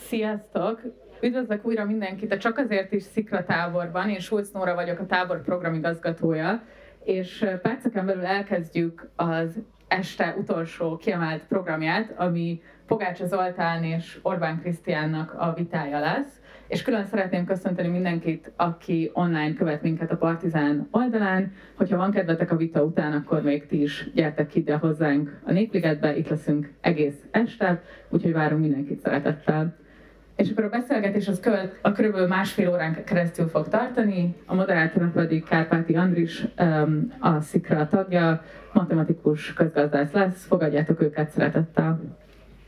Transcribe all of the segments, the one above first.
Sziasztok! Üdvözlök újra mindenkit a Csak azért is Szikra táborban. Én Schulz Nóra vagyok, a tábor programigazgatója, és perceken belül elkezdjük az este utolsó kiemelt programját, ami Pogácsa Zoltán és Orbán Krisztiánnak a vitája lesz. És külön szeretném köszönteni mindenkit, aki online követ minket a Partizán oldalán. Hogyha van kedvetek a vita után, akkor még ti is gyertek ide hozzánk a Népligetbe, itt leszünk egész este, úgyhogy várunk mindenkit szeretettel. És akkor a beszélgetés az körülbelül másfél órán keresztül fog tartani, a moderátor pedig Kárpáti Andris, a Szikra tagja, matematikus közgazdász lesz, fogadjátok őket szeretettel.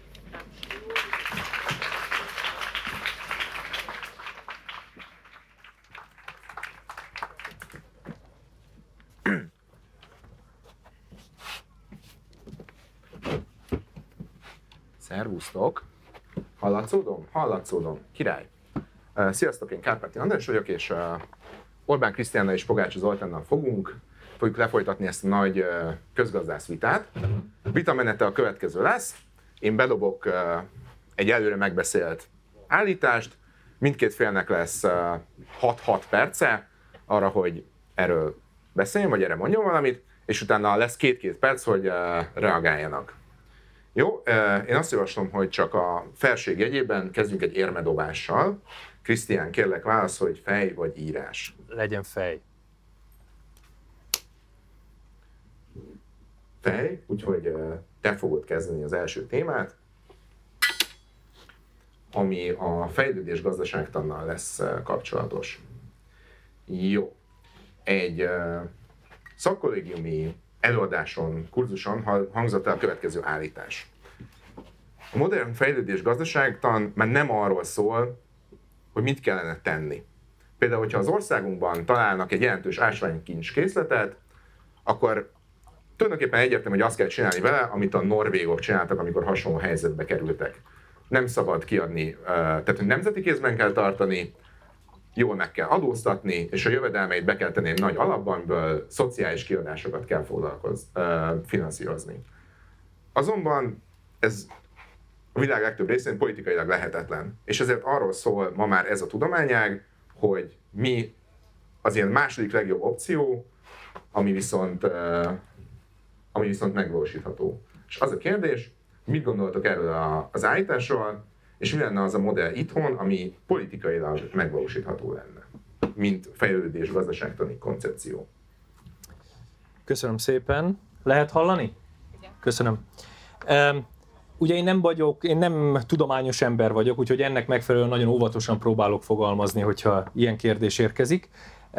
Szervusztok! Hallatszódom? Király! Sziasztok, én Kárpáti András vagyok, és Orbán Krisztiánnal és Pogácsa Zoltánnal fogjuk lefolytatni ezt a nagy közgazdász vitát. Vitamenete a következő lesz. Én bedobok egy előre megbeszélt állítást, mindkét félnek lesz 6-6 perce arra, hogy erről beszéljen, vagy erre mondjon valamit, és utána lesz 2-2 perc, hogy reagáljanak. Jó, én azt javaslom, hogy csak a felség jegyében kezdjünk egy érmedobással. Krisztián, kérlek válaszolj, hogy fej vagy írás? Legyen fej. Fej, úgyhogy te fogod kezdeni az első témát, ami a fejlődés gazdaságtannal lesz kapcsolatos. Jó, egy szakkollégiumi előadáson, kurzuson hangzott el a következő állítás. A modern fejlődés gazdaságtan már nem arról szól, hogy mit kellene tenni. Például, hogyha az országunkban találnak egy jelentős ásványkincs készletet, akkor tulajdonképpen egyértelmű, hogy azt kell csinálni vele, amit a norvégok csináltak, amikor hasonló helyzetbe kerültek. Nem szabad kiadni, tehát hogy nemzeti kézben kell tartani, jól meg kell adóztatni, és a jövedelmeit be kell tenni egy nagy alapban, amiből szociális kiadásokat kell finanszírozni. Azonban ez a világ legtöbb részén politikailag lehetetlen. És ezért arról szól ma már ez a tudományág, hogy mi az ilyen második legjobb opció, ami viszont megvalósítható. És az a kérdés, mit gondoltok erről az állításról, és mi lenne az a modell itthon, ami politikailag megvalósítható lenne, mint fejlődés gazdaságtani koncepció. Köszönöm szépen. Lehet hallani? Igen. Köszönöm. Ugye én nem tudományos ember vagyok, úgyhogy ennek megfelelően nagyon óvatosan próbálok fogalmazni, hogyha ilyen kérdés érkezik.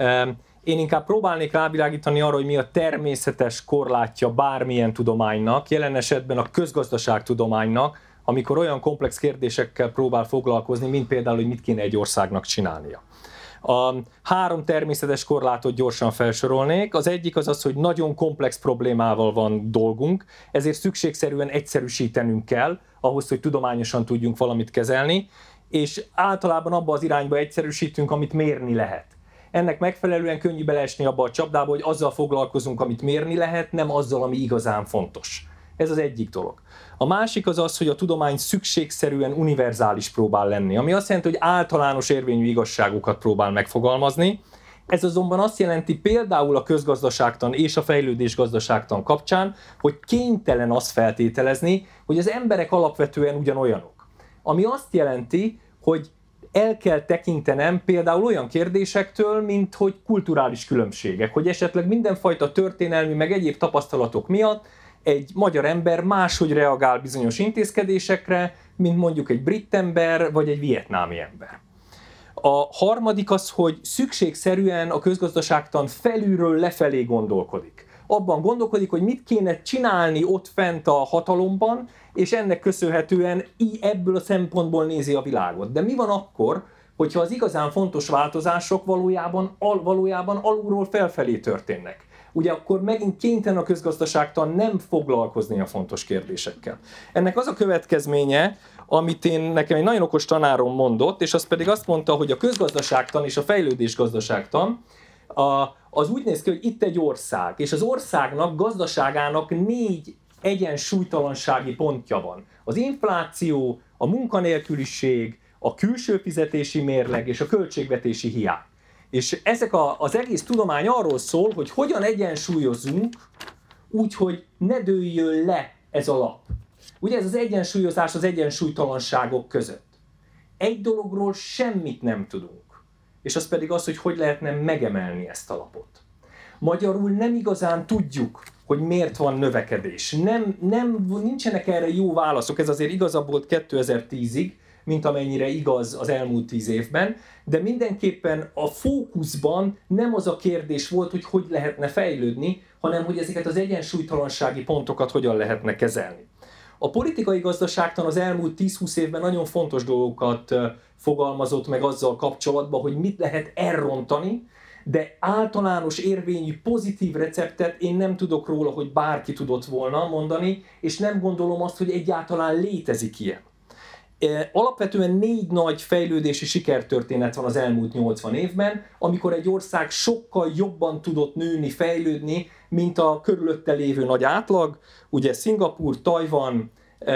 Én inkább próbálnék rávilágítani arra, hogy mi a természetes korlátja bármilyen tudománynak, jelen esetben a közgazdaságtudománynak, amikor olyan komplex kérdésekkel próbál foglalkozni, mint például, hogy mit kéne egy országnak csinálnia. A 3 természetes korlátot gyorsan felsorolnék. Az egyik az, hogy nagyon komplex problémával van dolgunk, ezért szükségszerűen egyszerűsítenünk kell, ahhoz, hogy tudományosan tudjunk valamit kezelni, és általában abba az irányba egyszerűsítünk, amit mérni lehet. Ennek megfelelően könnyű beleesni abba a csapdába, hogy azzal foglalkozunk, amit mérni lehet, nem azzal, ami igazán fontos. Ez az egyik dolog. A másik az, hogy a tudomány szükségszerűen univerzális próbál lenni, ami azt jelenti, hogy általános érvényű igazságokat próbál megfogalmazni. Ez azonban azt jelenti például a közgazdaságtan és a fejlődés gazdaságtan kapcsán, hogy kénytelen azt feltételezni, hogy az emberek alapvetően ugyanolyanok. Ami azt jelenti, hogy el kell tekintenem például olyan kérdésektől, mint hogy kulturális különbségek, hogy esetleg mindenfajta történelmi meg egyéb tapasztalatok miatt egy magyar ember máshogy reagál bizonyos intézkedésekre, mint mondjuk egy brit ember, vagy egy vietnámi ember. A harmadik az, hogy szükségszerűen a közgazdaságtan felülről lefelé gondolkodik. Abban gondolkodik, hogy mit kéne csinálni ott fent a hatalomban, és ennek köszönhetően ebből a szempontból nézi a világot. De mi van akkor, hogyha az igazán fontos változások valójában alulról felfelé történnek? Ugye akkor megint kénytelen a közgazdaságtan nem foglalkozni a fontos kérdésekkel. Ennek az a következménye, amit nekem egy nagyon okos tanárom mondott, és az pedig azt mondta, hogy a közgazdaságtan és a fejlődés gazdaságtan az úgy néz ki, hogy itt egy ország, és az országnak, gazdaságának 4 egyensúlytalansági pontja van. Az infláció, a munkanélküliség, a külső fizetési mérleg és a költségvetési hiány. És ezek az egész tudomány arról szól, hogy hogyan egyensúlyozunk úgy, hogy ne dőljön le ez a lap. Ugye ez az egyensúlyozás az egyensúlytalanságok között. Egy dologról semmit nem tudunk, és az pedig az, hogy hogy lehetne megemelni ezt a lapot. Magyarul nem igazán tudjuk, hogy miért van növekedés. Nincsenek erre jó válaszok, ez azért igazabb volt 2010-ig, mint amennyire igaz az elmúlt 10 évben, de mindenképpen a fókuszban nem az a kérdés volt, hogy hogy lehetne fejlődni, hanem hogy ezeket az egyensúlytalansági pontokat hogyan lehetne kezelni. A politikai gazdaságtan az elmúlt 10-20 évben nagyon fontos dolgokat fogalmazott meg azzal kapcsolatban, hogy mit lehet elrontani, de általános érvényű pozitív receptet én nem tudok róla, hogy bárki tudott volna mondani, és nem gondolom azt, hogy egyáltalán létezik ilyen. Alapvetően 4 nagy fejlődési sikertörténet van az elmúlt 80 évben, amikor egy ország sokkal jobban tudott nőni, fejlődni, mint a körülötte lévő nagy átlag, ugye Szingapúr, Tajvan,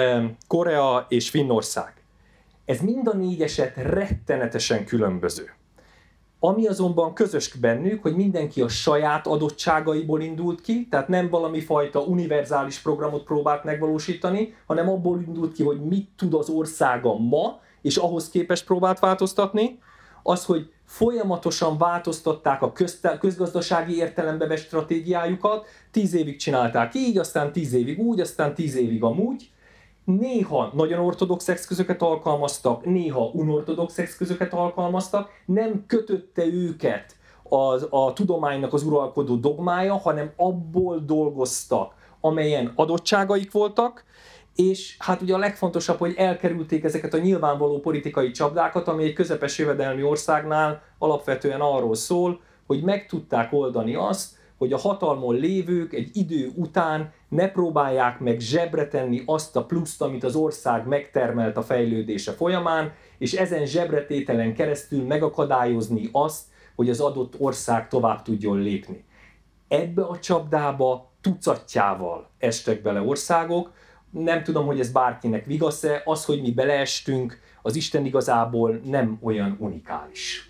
Korea és Finnország. Ez mind a 4 eset rettenetesen különböző. Ami azonban közös bennük, hogy mindenki a saját adottságaiból indult ki, tehát nem valami fajta univerzális programot próbált megvalósítani, hanem abból indult ki, hogy mit tud az országa ma, és ahhoz képest próbált változtatni, az, hogy folyamatosan változtatták a közgazdasági értelembe vett stratégiájukat, 10 évig csinálták így, aztán 10 évig úgy, aztán 10 évig amúgy. Néha nagyon ortodox eszközöket alkalmaztak, néha unortodox eszközöket alkalmaztak, nem kötötte őket a tudománynak az uralkodó dogmája, hanem abból dolgoztak, amelyen adottságaik voltak, és hát ugye a legfontosabb, hogy elkerülték ezeket a nyilvánvaló politikai csapdákat, ami egy közepes jövedelmi országnál alapvetően arról szól, hogy meg tudták oldani azt, hogy a hatalmon lévők egy idő után ne próbálják meg zsebre tenni azt a pluszt, amit az ország megtermelt a fejlődése folyamán, és ezen zsebretételen keresztül megakadályozni azt, hogy az adott ország tovább tudjon lépni. Ebbe a csapdába tucatjával estek bele országok, nem tudom, hogy ez bárkinek vigasz-e, az, hogy mi beleestünk, az Isten igazából nem olyan unikális.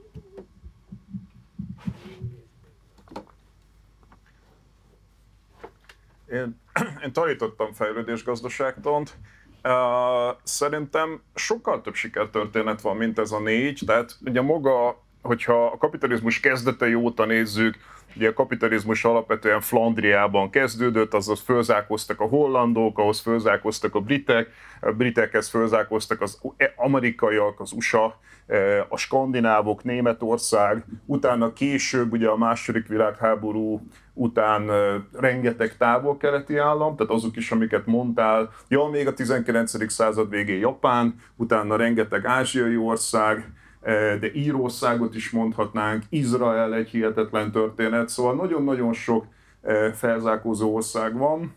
Én tanítottam fejlődésgazdaságtant. Szerintem sokkal több sikertörténet van, mint ez a 4. Tehát ugye maga, hogyha a kapitalizmus kezdetei óta nézzük, ugye a kapitalizmus alapvetően Flandriában kezdődött, azaz fölzárkóztak a hollandok, ahhoz fölzárkóztak a britekhez fölzárkóztak az amerikaiak, az USA, a skandinávok, Németország, utána később ugye a második világháború után rengeteg távol-keleti állam, tehát azok is, amiket mondtál, még a 19. század végén Japán, utána rengeteg ázsiai ország, de Írországot is mondhatnánk, Izrael egy hihetetlen történet, szóval nagyon-nagyon sok felzárkózó ország van,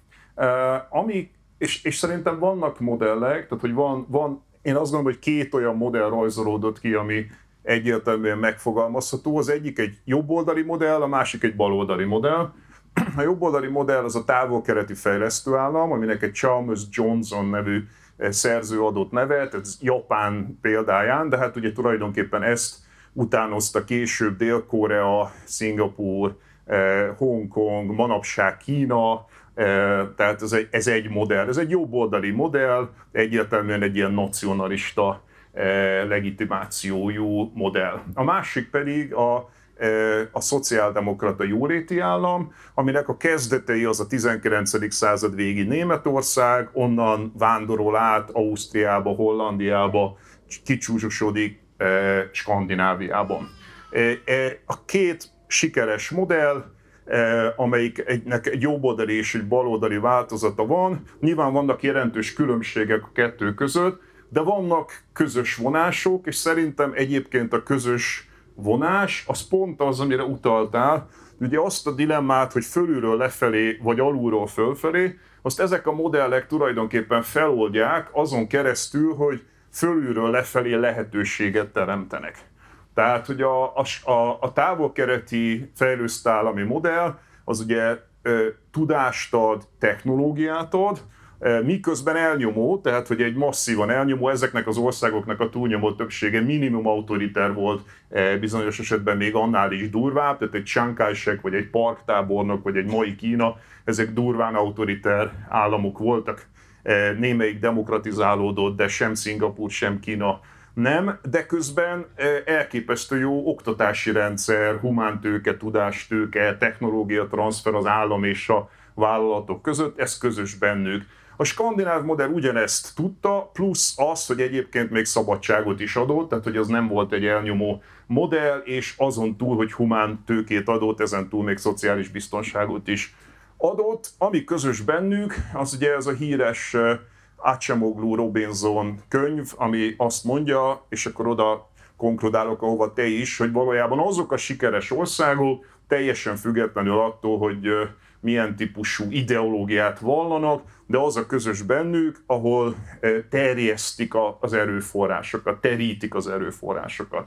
és szerintem vannak modellek, tehát hogy van, én azt gondolom, hogy 2 olyan modell rajzolódott ki, ami egyértelműen megfogalmazható. Az egyik egy jobboldali modell, a másik egy baloldali modell. A jobboldali modell az a távol-keleti fejlesztőállam, aminek egy Chalmers Johnson nevű szerző adott nevet, ez Japán példáján, de hát ugye tulajdonképpen ezt utánozta később Dél-Korea, Szingapúr, Hongkong, manapság Kína, tehát ez egy modell. Ez egy jobboldali modell, egyértelműen egy ilyen nacionalista legitimációjú modell. A másik pedig a szociáldemokrata jóléti állam, aminek a kezdetei az a 19. század végi Németország, onnan vándorol át Ausztriába, Hollandiába, kicsúcsosodik Skandináviában. A 2 sikeres modell, amelyiknek egy jobboldali és egy baloldali változata van, nyilván vannak jelentős különbségek a 2 között, de vannak közös vonások, és szerintem egyébként a közös vonás az pont az, amire utaltál. Ugye azt a dilemmát, hogy fölülről lefelé, vagy alulról fölfelé, azt ezek a modellek tulajdonképpen feloldják azon keresztül, hogy fölülről lefelé lehetőséget teremtenek. Tehát, hogy a távol-keleti fejlesztő állami modell az ugye tudást ad, technológiát ad, miközben elnyomó, tehát hogy egy masszívan elnyomó, ezeknek az országoknak a túlnyomó többsége minimum autoriter volt, bizonyos esetben még annál is durvább, tehát egy Chiang Kai-shek, vagy egy parktábornok, vagy egy mai Kína, ezek durván autoriter államok voltak, némelyik demokratizálódott, de sem Szingapúr, sem Kína nem, de közben elképesztő jó oktatási rendszer, humántőke, tudástőke, technológia transfer az állam és a vállalatok között, ez közös bennük. A skandináv modell ugyanezt tudta, plusz az, hogy egyébként még szabadságot is adott, tehát hogy az nem volt egy elnyomó modell, és azon túl, hogy humán tőkét adott, ezen túl még szociális biztonságot is adott. Ami közös bennük, az ugye ez a híres Acemoglu Robinson könyv, ami azt mondja, és akkor oda konkludálok, ahova te is, hogy valójában azok a sikeres országok, teljesen függetlenül attól, hogy milyen típusú ideológiát vallanak, de az a közös bennük, ahol terjesztik az erőforrásokat, terítik az erőforrásokat.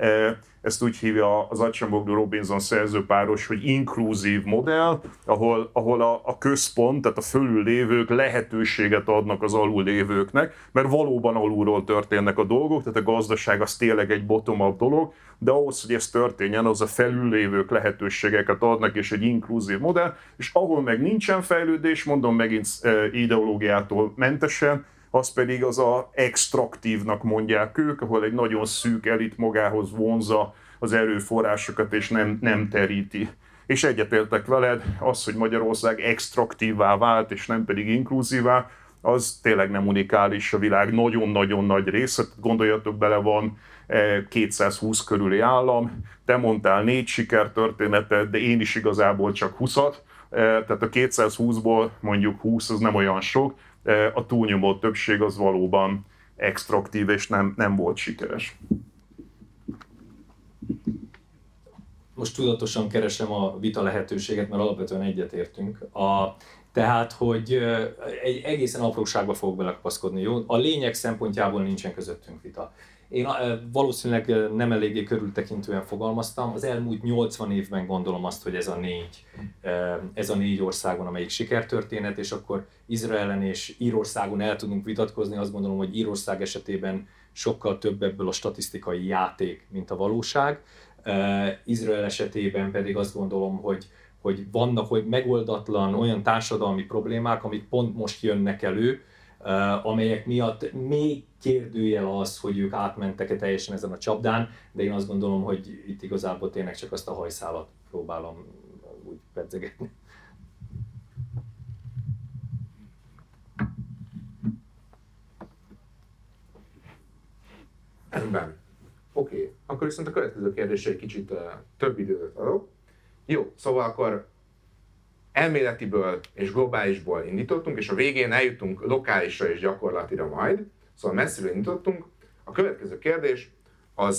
Ezt úgy hívja az Acemoglu Robinson szerzőpáros, hogy inkluzív modell, ahol a központ, tehát a fölül lévők lehetőséget adnak az alul lévőknek, mert valóban alulról történnek a dolgok, tehát a gazdaság az tényleg egy bottom-up dolog, de ahhoz, hogy ez történjen, az a felül lévők lehetőségeket adnak, és egy inkluzív modell, és ahol meg nincsen fejlődés, mondom megint ideológiától mentesen, az pedig az a extraktívnak mondják ők, ahol egy nagyon szűk elit magához vonzza az erőforrásokat és nem teríti. És egyetértek veled, az, hogy Magyarország extraktívvá vált és nem pedig inkluzívá, az tényleg nem unikális a világ nagyon-nagyon nagy része. Gondoljatok bele, van 220 körüli állam, te mondtál 4 sikertörténetet, de én is igazából csak 20-at, tehát a 220-ból mondjuk 20 az nem olyan sok, a túlnyomó többség az valóban extraktív és nem volt sikeres. Most tudatosan keresem a vita lehetőséget, mert alapvetően egyetértünk. Tehát, hogy egy egészen apróságba fogok belekapaszkodni, jó? A lényeg szempontjából nincsen közöttünk vita. Én valószínűleg nem eléggé körültekintően fogalmaztam. Az elmúlt 80 évben gondolom azt, hogy ez a négy országon, amelyik sikertörténet, és akkor Izraelen és Írországon el tudunk vitatkozni. Azt gondolom, hogy Írország esetében sokkal több ebből a statisztikai játék, mint a valóság. Izrael esetében pedig azt gondolom, hogy vannak megoldatlan olyan társadalmi problémák, amik pont most jönnek elő, amelyek miatt még kérdőjel az, hogy ők átmentek-e teljesen ezen a csapdán, de én azt gondolom, hogy itt igazából tényleg csak azt a hajszálat próbálom úgy pedzegetni. Rendben. Oké. Akkor viszont a következő kérdésre egy kicsit több időt adok. Jó, szóval akkor elméletiből és globálisból indítottunk, és a végén eljutunk lokálisra és gyakorlatira majd. Szóval messziről indítottunk. A következő kérdés az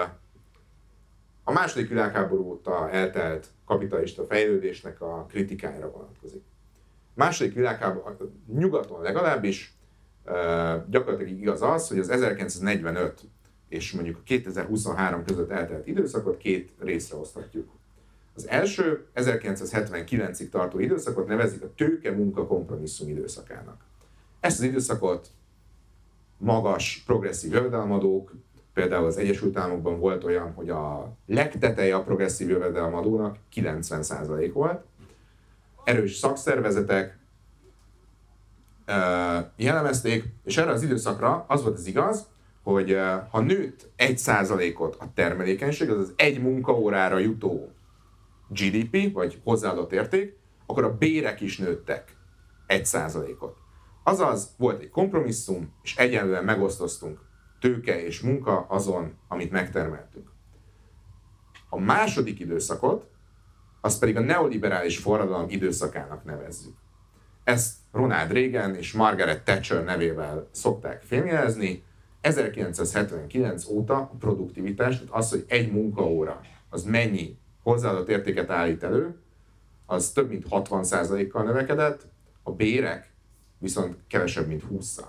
a második világháború óta eltelt kapitalista fejlődésnek a kritikájára vonatkozik. Második világháború, nyugaton legalábbis gyakorlatilag igaz az, hogy az 1945 és mondjuk a 2023 között eltelt időszakot két részre oszthatjuk. Az első 1979-ig tartó időszakot nevezik a tőke-munka kompromisszum időszakának. Ezt az időszakot magas, progresszív jövedelemadók, például az Egyesült Államokban volt olyan, hogy a legteteje a progresszív jövedelemadónak 90% volt. Erős szakszervezetek jellemezték, és erre az időszakra az volt az igaz, hogy ha nőtt 1%-ot a termelékenység, azaz egy munkaórára jutó GDP, vagy hozzáadott érték, akkor a bérek is nőttek 1%-ot. Azaz volt egy kompromisszum, és egyenlően megosztoztunk tőke és munka azon, amit megtermeltünk. A második időszakot, azt pedig a neoliberális forradalom időszakának nevezzük. Ezt Ronald Reagan és Margaret Thatcher nevével szokták fémjelezni. 1979 óta a produktivitás, tehát az, hogy egy munkaóra, az mennyi hozzáadott értéket állít elő, az több mint 60%-kal növekedett, a bérek viszont kevesebb, mint 20-szal.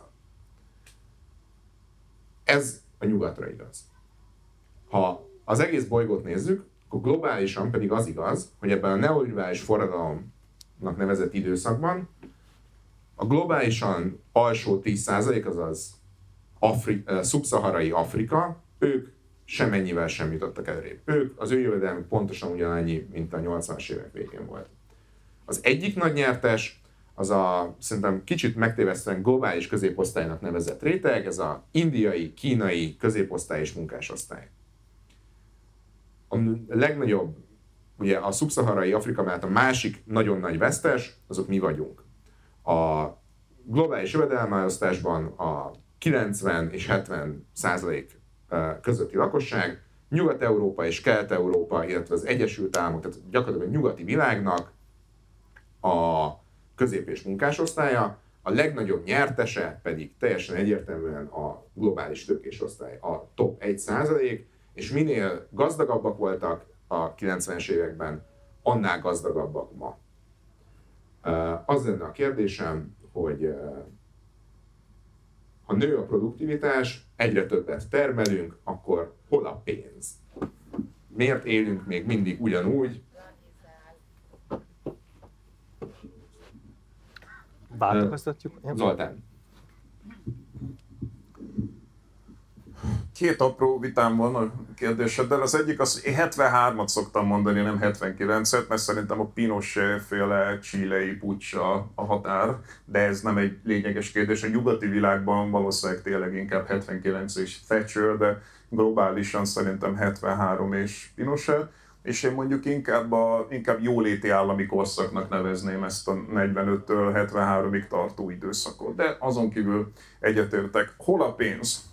Ez a nyugatra igaz. Ha az egész bolygót nézzük, akkor globálisan pedig az igaz, hogy ebben a neoliberális forradalomnak nevezett időszakban a A globálisan alsó 10%, azaz szubszaharai Afrika, ők semmennyivel sem jutottak előrébb. Az ő jövedelmük pontosan ugyanannyi, mint a 80-as évek végén volt. Az egyik nagy nyertes, az szerintem kicsit megtévesztően globális középosztálynak nevezett réteg, ez az indiai, kínai középosztály és munkásosztály. A legnagyobb, ugye a szubszaharai Afrika mellett a másik nagyon nagy vesztes, azok mi vagyunk. A globális jövedelmeosztásban a 90 és 70% közötti lakosság, Nyugat-Európa és Kelet-Európa, illetve az Egyesült Államok, tehát gyakorlatilag a nyugati világnak a közép- és munkásosztálya, a legnagyobb nyertese pedig teljesen egyértelműen a globális tőkés osztály, a top 1%, és minél gazdagabbak voltak a 90-es években, annál gazdagabbak ma. Az lenne a kérdésem, hogy ha nő a produktivitás, egyre többet termelünk, akkor hol a pénz? Miért élünk még mindig ugyanúgy? Változtatjuk? Zoltán. Két apró vitám van a kérdéseddel. Az egyik az, én 73-at szoktam mondani, nem 79-et, mert szerintem a Pinochet-féle chilei puccs a határ, de ez nem egy lényeges kérdés. A nyugati világban valószínűleg tényleg inkább 79 és Thatcher, de globálisan szerintem 73 és Pinochet. És én mondjuk inkább jóléti állami korszaknak nevezném ezt a 45-től 73-ig tartó időszakot. De azon kívül egyetértek. Hol a pénz?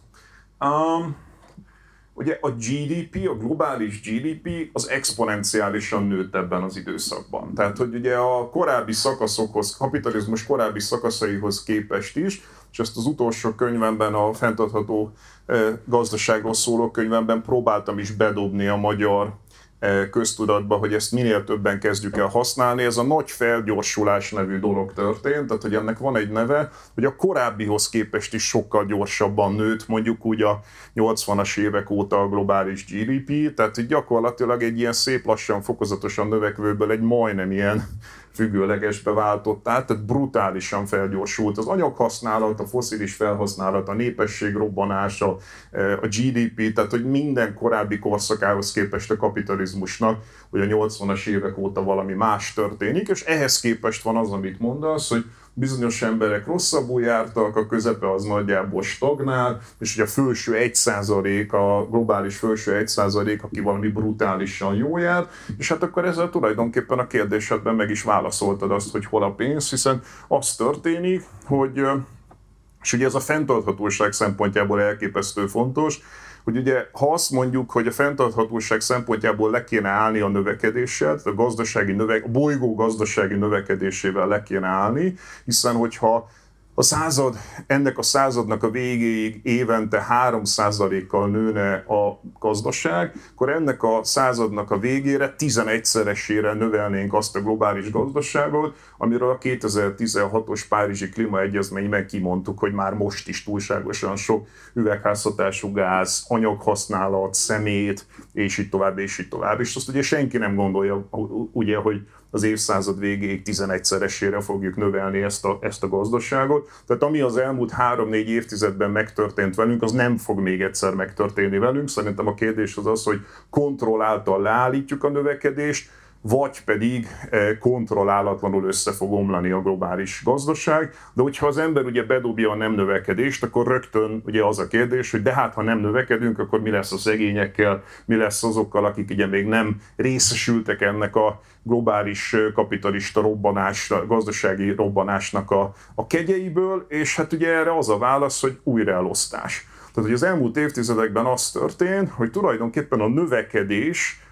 Ugye a GDP, a globális GDP az exponenciálisan nőtt ebben az időszakban. Tehát, hogy ugye a korábbi szakaszokhoz, kapitalizmus korábbi szakaszaihoz képest is, és ezt az utolsó könyvemben, a fenntartható gazdaságról szóló könyvemben próbáltam is bedobni a magyar köztudatba, hogy ezt minél többen kezdjük el használni. Ez a nagy felgyorsulás nevű dolog történt, tehát hogy ennek van egy neve, hogy a korábbihoz képest is sokkal gyorsabban nőtt, mondjuk úgy a 80-as évek óta a globális GDP, tehát hogy gyakorlatilag egy ilyen szép lassan, fokozatosan növekvőből egy majdnem ilyen függőlegesbe váltott át, tehát brutálisan felgyorsult az anyaghasználat, a fosszilis felhasználat, a népesség robbanása, a GDP, tehát hogy minden korábbi korszakához képest a kapitalizmusnak, hogy a 80-as évek óta valami más történik, és ehhez képest van az, amit mondasz, hogy bizonyos emberek rosszabbul jártak, a közepe az nagyjából stagnál, és hogy a felső 1%, a globális felső 1%, aki valami brutálisan jól jár, és hát akkor ezzel tulajdonképpen a kérdésedben meg is válaszoltad azt, hogy hol a pénz, hiszen az történik, hogy, és ugye ez a fenntarthatóság szempontjából elképesztő fontos, hogy ugye ha azt mondjuk, hogy a fenntarthatóság szempontjából le kéne állni a növekedéssel, tehát a bolygó gazdasági növekedésével le kéne állni, hiszen hogyha ennek a századnak a végéig évente 3%-kal nőne a gazdaság, akkor ennek a századnak a végére 11-szeresére növelnénk azt a globális gazdaságot, amiről a 2016-os Párizsi Klímaegyezményben kimondtuk, hogy már most is túlságosan sok üvegházhatású gáz, anyaghasználat, szemét, és így tovább, és így tovább. És azt ugye senki nem gondolja, ugye, hogy az évszázad végéig 11-szeresére fogjuk növelni ezt a gazdaságot. Tehát ami az elmúlt 3-4 évtizedben megtörtént velünk, az nem fog még egyszer megtörténni velünk. Szerintem a kérdés az, hogy kontroll által leállítjuk a növekedést, vagy pedig kontrollálatlanul össze fog omlani a globális gazdaság. De hogyha az ember ugye bedobja a nem növekedést, akkor rögtön ugye az a kérdés, hogy de hát ha nem növekedünk, akkor mi lesz a szegényekkel, mi lesz azokkal, akik ugye még nem részesültek ennek a globális kapitalista gazdasági robbanásnak a kegyeiből, és hát ugye erre az a válasz, hogy újraelosztás. Tehát, hogy az elmúlt évtizedekben az történt, hogy tulajdonképpen a növekedés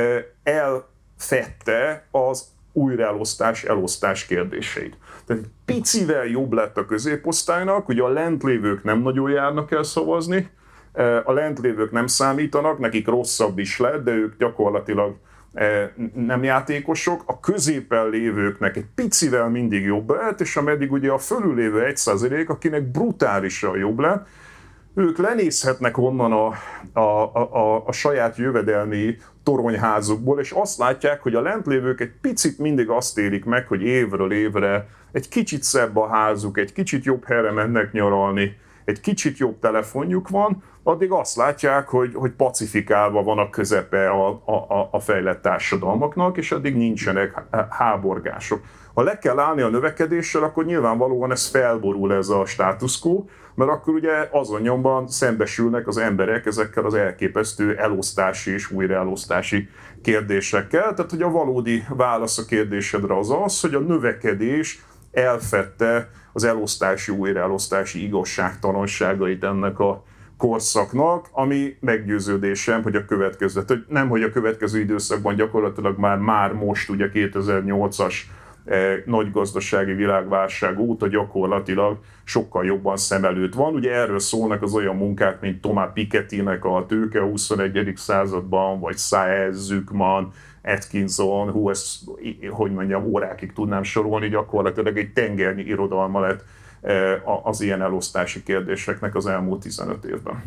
elfette az újraelosztás kérdéseit. Tehát picivel jobb lett a középosztálynak, ugye a lentlévők nem nagyon járnak el szavazni, a lentlévők nem számítanak, nekik rosszabb is lett, de ők gyakorlatilag nem játékosok, a középen lévőknek egy picivel mindig jobb lett, és ameddig ugye a fölül lévő 1%, akinek brutálisan jobb lett, ők lenézhetnek onnan a saját jövedelmi toronyházukból, és azt látják, hogy a lentlévők egy picit mindig azt élik meg, hogy évről évre egy kicsit szebb a házuk, egy kicsit jobb helyre mennek nyaralni, egy kicsit jobb telefonjuk van, addig azt látják, hogy pacifikálva van a közepe a fejlett társadalmaknak, és addig nincsenek háborgások. Ha le kell állni a növekedéssel, akkor nyilvánvalóan ez felborul, ez a status quo, mert akkor ugye azon nyomban szembesülnek az emberek ezekkel az elképesztő elosztási és újraelosztási kérdésekkel. Tehát, hogy a valódi válasz a kérdésedre az, hogy a növekedés elfedte az elosztási, újraelosztási igazságtalanságait ennek a korszaknak, ami meggyőződésem, hogy hogy a következő időszakban gyakorlatilag már most, ugye 2008-as nagy gazdasági világválság óta gyakorlatilag sokkal jobban szem előtt van. Ugye erről szólnak az olyan munkák, mint Thomas Pikettynek a Tőke a 21. században, vagy Saez, Zükman, Atkinson, ezt, órákig tudnám sorolni, gyakorlatilag egy tengernyi irodalma lett az ilyen elosztási kérdéseknek az elmúlt 15 évben.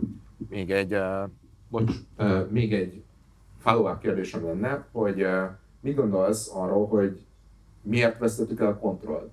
Még egy follow-up kérdésem lenne, hogy mit gondolsz arról, hogy miért vesztettük el a kontrollt?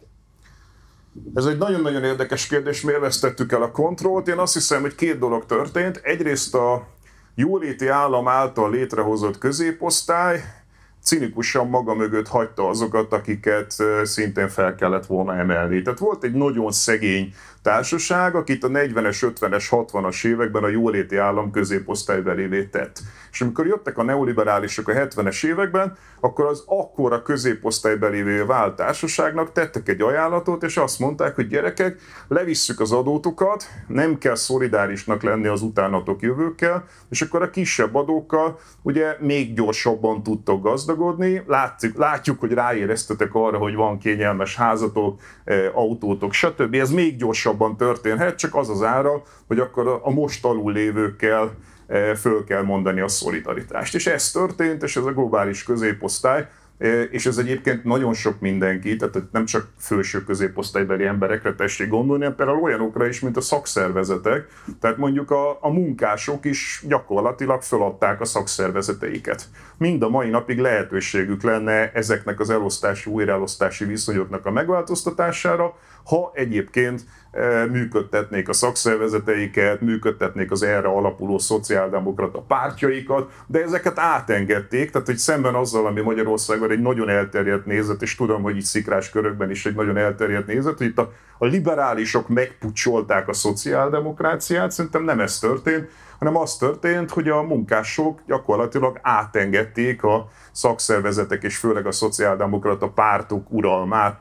Ez egy nagyon-nagyon érdekes kérdés, miért vesztettük el a kontrollt. Én azt hiszem, hogy két dolog történt. Egyrészt a jóléti állam által létrehozott középosztály cinikusan maga mögött hagyta azokat, akiket szintén fel kellett volna emelni. Tehát volt egy nagyon szegény társaság, akit a 40-es, 50-es, 60-as években a jóléti állam középosztálybelivé tett. És amikor jöttek a neoliberálisok a 70-es években, akkor az akkora középosztálybelivé vált társaságnak tettek egy ajánlatot, és azt mondták, hogy gyerekek, levisszük az adótokat, nem kell szolidárisnak lenni az utánatok jövőkkel, és akkor a kisebb adókkal ugye még gyorsabban tudtok gazdagodni. Látjuk, hogy ráéreztetek arra, hogy van kényelmes házatok, autótok, stb. Ez még gyorsabban történhet, csak az az ára, hogy akkor a most alul lévőkkel föl kell mondani a szolidaritást. És ez történt, és ez a globális középosztály, és ez egyébként nagyon sok mindenki, tehát nem csak felső középosztálybeli emberekre tessék gondolni, hanem például olyanokra is, mint a szakszervezetek. Tehát mondjuk a munkások is gyakorlatilag föladták a szakszervezeteiket. Mind a mai napig lehetőségük lenne ezeknek az elosztási, újraelosztási viszonyoknak a megváltoztatására, ha egyébként működtetnék a szakszervezeteiket, működtetnék az erre alapuló szociáldemokrata pártjaikat, de ezeket átengedték, tehát hogy szemben azzal, ami Magyarországon egy nagyon elterjedt nézet, és tudom, hogy itt szikrás körökben is egy nagyon elterjedt nézet, hogy itt a liberálisok megpucsolták a szociáldemokráciát, szerintem nem ez történt, hanem az történt, hogy a munkások gyakorlatilag átengedték a szakszervezetek és főleg a szociáldemokrata pártok uralmát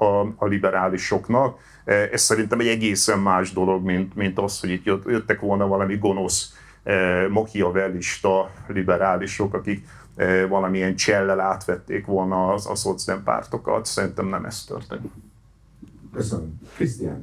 a liberálisoknak. Ez szerintem egy egészen más dolog, mint az, hogy itt jöttek volna valami gonosz machiavellista liberálisok, akik valamilyen csellel átvették volna a szocdem pártokat. Szerintem nem ez történt. Köszönöm. Krisztián.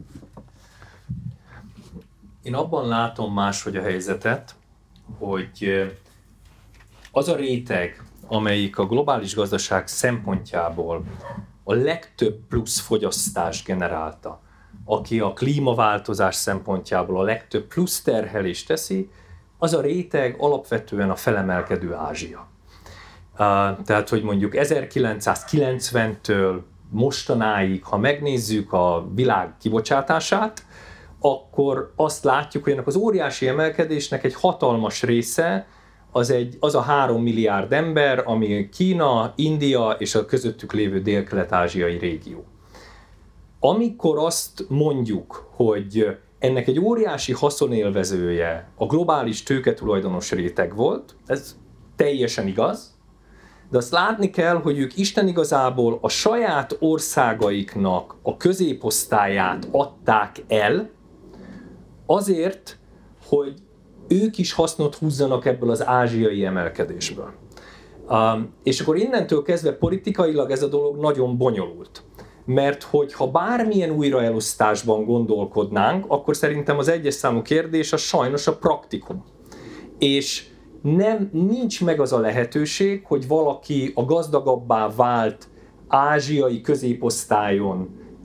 Én abban látom máshogy a helyzetet, hogy az a réteg, amelyik a globális gazdaság szempontjából a legtöbb plusz fogyasztást generálta, aki a klímaváltozás szempontjából a legtöbb plusz terhelést teszi, az a réteg alapvetően a felemelkedő Ázsia. Tehát, hogy mondjuk 1990-től mostanáig, ha megnézzük a világ kibocsátását, akkor azt látjuk, hogy ennek az óriási emelkedésnek egy hatalmas része az a 3 milliárd ember, ami Kína, India és a közöttük lévő dél-kelet-ázsiai régió. Amikor azt mondjuk, hogy ennek egy óriási haszonélvezője a globális tőketulajdonos réteg volt, ez teljesen igaz, de azt látni kell, hogy ők Isten igazából a saját országaiknak a középosztályát adták el, azért, hogy ők is hasznot húzzanak ebből az ázsiai emelkedésből. És akkor innentől kezdve politikailag ez a dolog nagyon bonyolult. Mert hogyha bármilyen újraelosztásban gondolkodnánk, akkor szerintem az egyes számú kérdés az sajnos a praktikum. És nincs meg az a lehetőség, hogy valaki a gazdagabbá vált ázsiai középosztályon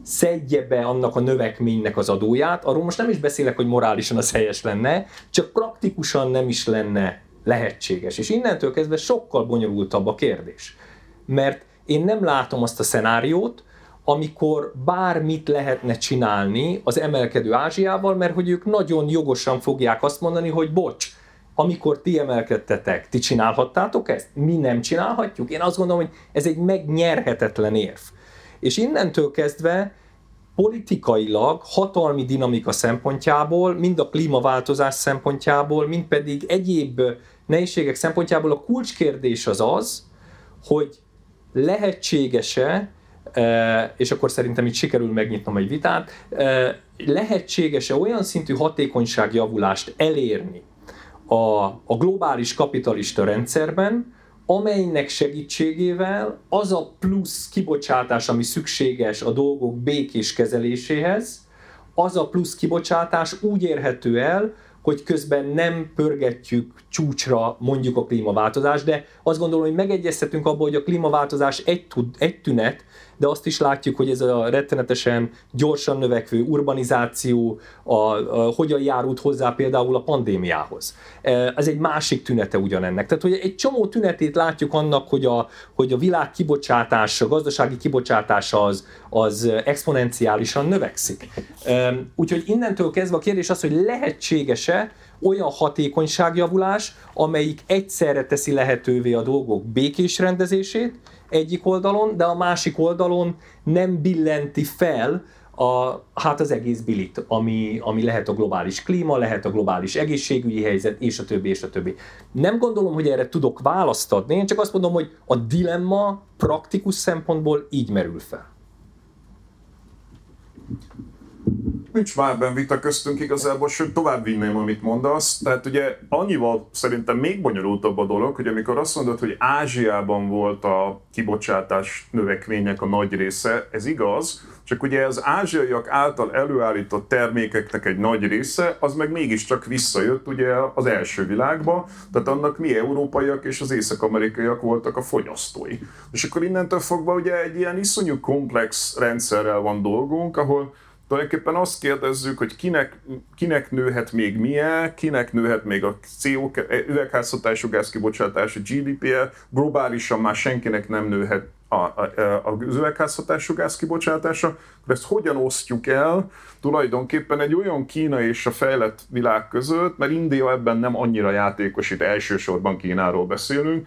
szedje be annak a növekménynek az adóját, arról most nem is beszélek, hogy morálisan az helyes lenne, csak praktikusan nem is lenne lehetséges. És innentől kezdve sokkal bonyolultabb a kérdés. Mert én nem látom azt a szenáriót, amikor bármit lehetne csinálni az emelkedő Ázsiával, mert hogy ők nagyon jogosan fogják azt mondani, hogy bocs, amikor ti emelkedtetek, ti csinálhattátok ezt? Mi nem csinálhatjuk? Én azt gondolom, hogy ez egy megnyerhetetlen érv. És innentől kezdve politikailag, hatalmi dinamika szempontjából, mind a klímaváltozás szempontjából, mind pedig egyéb nehézségek szempontjából a kulcskérdés az, hogy lehetséges-e, és akkor szerintem itt sikerül megnyitnom egy vitát, lehetséges-e olyan szintű hatékonyságjavulást elérni a globális kapitalista rendszerben, amelynek segítségével az a plusz kibocsátás, ami szükséges a dolgok békés kezeléséhez, az a plusz kibocsátás úgy érhető el, hogy közben nem pörgetjük csúcsra mondjuk a klímaváltozást, de azt gondolom, hogy megegyezhetünk abban, hogy a klímaváltozás egy tünet, de azt is látjuk, hogy ez a rettenetesen gyorsan növekvő urbanizáció hogyan járult hozzá például a pandémiához. Ez egy másik tünete ugyanennek. Tehát, hogy egy csomó tünetét látjuk annak, hogy a világ kibocsátása, a gazdasági kibocsátása az exponenciálisan növekszik. Úgyhogy innentől kezdve a kérdés az, hogy lehetséges-e olyan hatékonyságjavulás, amelyik egyszerre teszi lehetővé a dolgok békés rendezését egyik oldalon, de a másik oldalon nem billenti fel az egész bilit, ami lehet a globális klíma, lehet a globális egészségügyi helyzet, és a többi, és a többi. Nem gondolom, hogy erre tudok választ adni, én csak azt mondom, hogy a dilemma praktikus szempontból így merül fel. Nincs már ebben vita köztünk igazából, sőt tovább vinném, amit mondasz. Tehát ugye annyival szerintem még bonyolultabb a dolog, hogy amikor azt mondod, hogy Ázsiában volt a kibocsátás növekmények a nagy része, ez igaz, csak ugye az ázsiaiak által előállított termékeknek egy nagy része, az meg mégiscsak visszajött ugye az első világba, tehát annak mi európaiak és az észak-amerikaiak voltak a fogyasztói. És akkor innentől fogva ugye egy ilyen iszonyú komplex rendszerrel van dolgunk, ahol tulajdonképpen azt kérdezzük, hogy kinek nőhet még milyen, kinek nőhet még a üvegházhatású gázkibocsátás, a GDP-je, globálisan már senkinek nem nőhet az üvegházhatású gázkibocsátása, akkor ezt hogyan osztjuk el tulajdonképpen egy olyan Kína és a fejlett világ között, mert India ebben nem annyira játékos, itt elsősorban Kínáról beszélünk,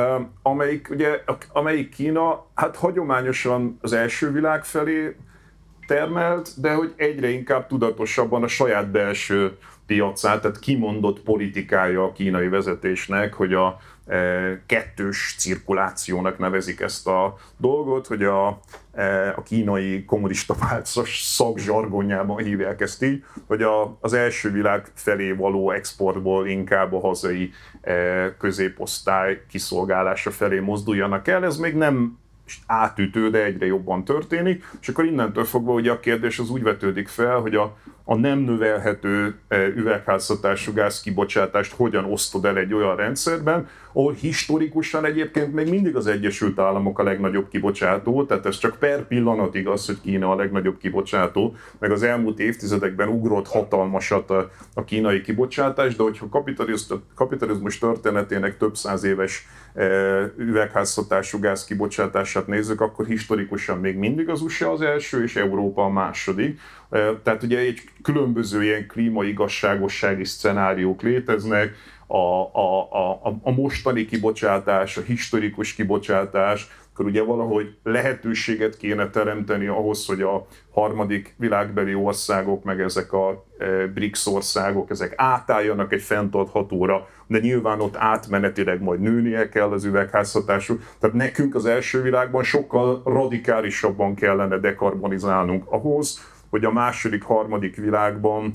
amelyik Kína hát hagyományosan az első világ felé termelt, de hogy egyre inkább tudatosabban a saját belső piacát, tehát kimondott politikája a kínai vezetésnek, hogy a kettős cirkulációnak nevezik ezt a dolgot, hogy a kínai kommunista pártos szakzsargonjában hívják ezt így, hogy az első világ felé való exportból inkább a hazai középosztály kiszolgálása felé mozduljanak el. Ez még nem átütő, de egyre jobban történik, és akkor innentől fogva ugye a kérdés az úgy vetődik fel, hogy a nem növelhető üvegházhatású gázkibocsátást hogyan osztod el egy olyan rendszerben, ahol historikusan egyébként még mindig az Egyesült Államok a legnagyobb kibocsátó, tehát ez csak per pillanat igaz, hogy Kína a legnagyobb kibocsátó, meg az elmúlt évtizedekben ugrott hatalmasat a kínai kibocsátás, de hogyha kapitalizmus történetének több száz éves üvegházhatású gázkibocsátását nézzük, akkor historikusan még mindig az USA az első, és Európa a második. Tehát ugye egy különböző ilyen klímaigazságossági szcenáriók léteznek, a mostani kibocsátás, a historikus kibocsátás, akkor ugye valahogy lehetőséget kéne teremteni ahhoz, hogy a harmadik világbeli országok, meg ezek a BRICS országok, ezek átálljanak egy fenntarthatóra, de nyilván ott átmenetileg majd nőnie kell az üvegházhatású. Tehát nekünk az első világban sokkal radikálisabban kellene dekarbonizálnunk ahhoz, hogy a második, harmadik világban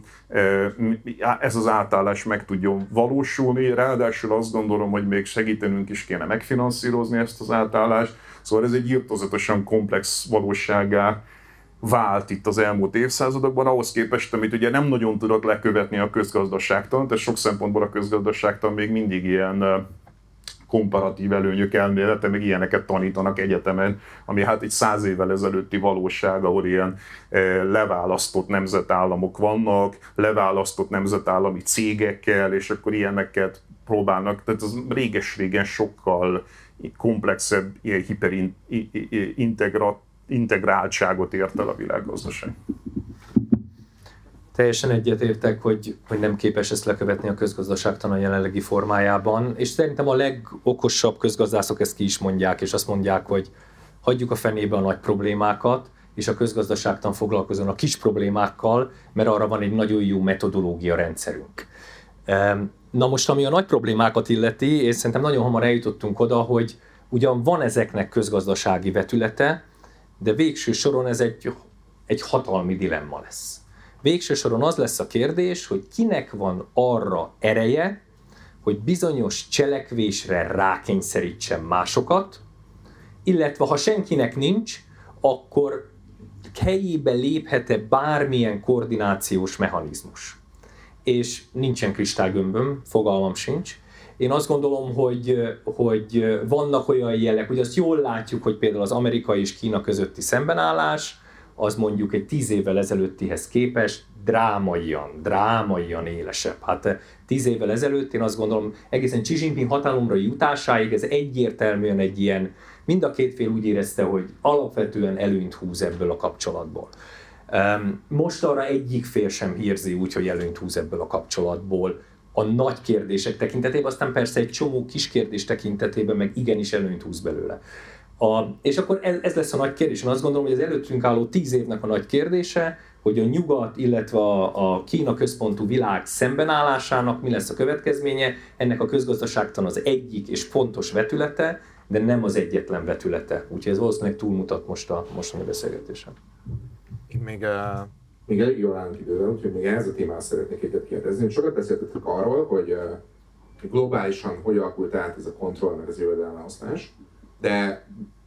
ez az átállás meg tudjon valósulni. Ráadásul azt gondolom, hogy még segítenünk is kéne megfinanszírozni ezt az átállást. Szóval ez egy irtózatosan komplex valósággá vált itt az elmúlt évszázadokban, ahhoz képest, amit ugye nem nagyon tudok lekövetni a közgazdaságtan, tehát sok szempontból a közgazdaságtan még mindig ilyen komparatív előnyök elmélete, meg ilyeneket tanítanak egyetemen, ami hát egy 100 évvel ezelőtti valóság, ahol ilyen leválasztott nemzetállamok vannak, leválasztott nemzetállami cégekkel, és akkor ilyeneket próbálnak, tehát az réges-régen sokkal komplexebb, ilyen hiperintegráltságot ért el a világgazdaság. Teljesen egyetértek, hogy nem képes ezt lekövetni a közgazdaságtan a jelenlegi formájában, és szerintem a legokosabb közgazdászok ezt ki is mondják, és azt mondják, hogy hagyjuk a fenébe a nagy problémákat, és a közgazdaságtan foglalkozon a kis problémákkal, mert arra van egy nagyon jó metodológia rendszerünk. Na most, ami a nagy problémákat illeti, és szerintem nagyon hamar eljutottunk oda, hogy ugyan van ezeknek közgazdasági vetülete, de végső soron ez egy hatalmi dilemma lesz. Végső soron az lesz a kérdés, hogy kinek van arra ereje, hogy bizonyos cselekvésre rákényszerítsen másokat, illetve ha senkinek nincs, akkor helyébe léphet-e bármilyen koordinációs mechanizmus. És nincsen kristálygömböm, fogalmam sincs. Én azt gondolom, hogy vannak olyan jelek, hogy azt jól látjuk, hogy például az Amerika és Kína közötti szembenállás, az mondjuk egy 10 évvel ezelőttihez képest drámaian élesebb. Hát 10 évvel ezelőtt én azt gondolom, egészen Xi Jinping hatalomra jutásáig ez egyértelműen egy ilyen, mind a két fél úgy érezte, hogy alapvetően előnyt húz ebből a kapcsolatból. Most arra egyik fél sem érzi úgy, hogy előnyt húz ebből a kapcsolatból a nagy kérdések tekintetében, aztán persze egy csomó kis kérdés tekintetében meg igenis előnyt húz belőle. És akkor ez lesz a nagy kérdés. Én azt gondolom, hogy az előttünk álló 10 évnek a nagy kérdése, hogy a nyugat, illetve a Kína központú világ szembenállásának mi lesz a következménye, ennek a közgazdaságtan az egyik és fontos vetülete, de nem az egyetlen vetülete. Úgyhogy ez valószínűleg túlmutat most a mostani beszélgetésen. Én még elég jól állunk időben, úgyhogy még ehhez a témához szeretnék egyet kérdezni. Sokat beszéltetek arról, hogy globálisan hogy alakult át ez a kontroll, meg az jövedelmeosztás, de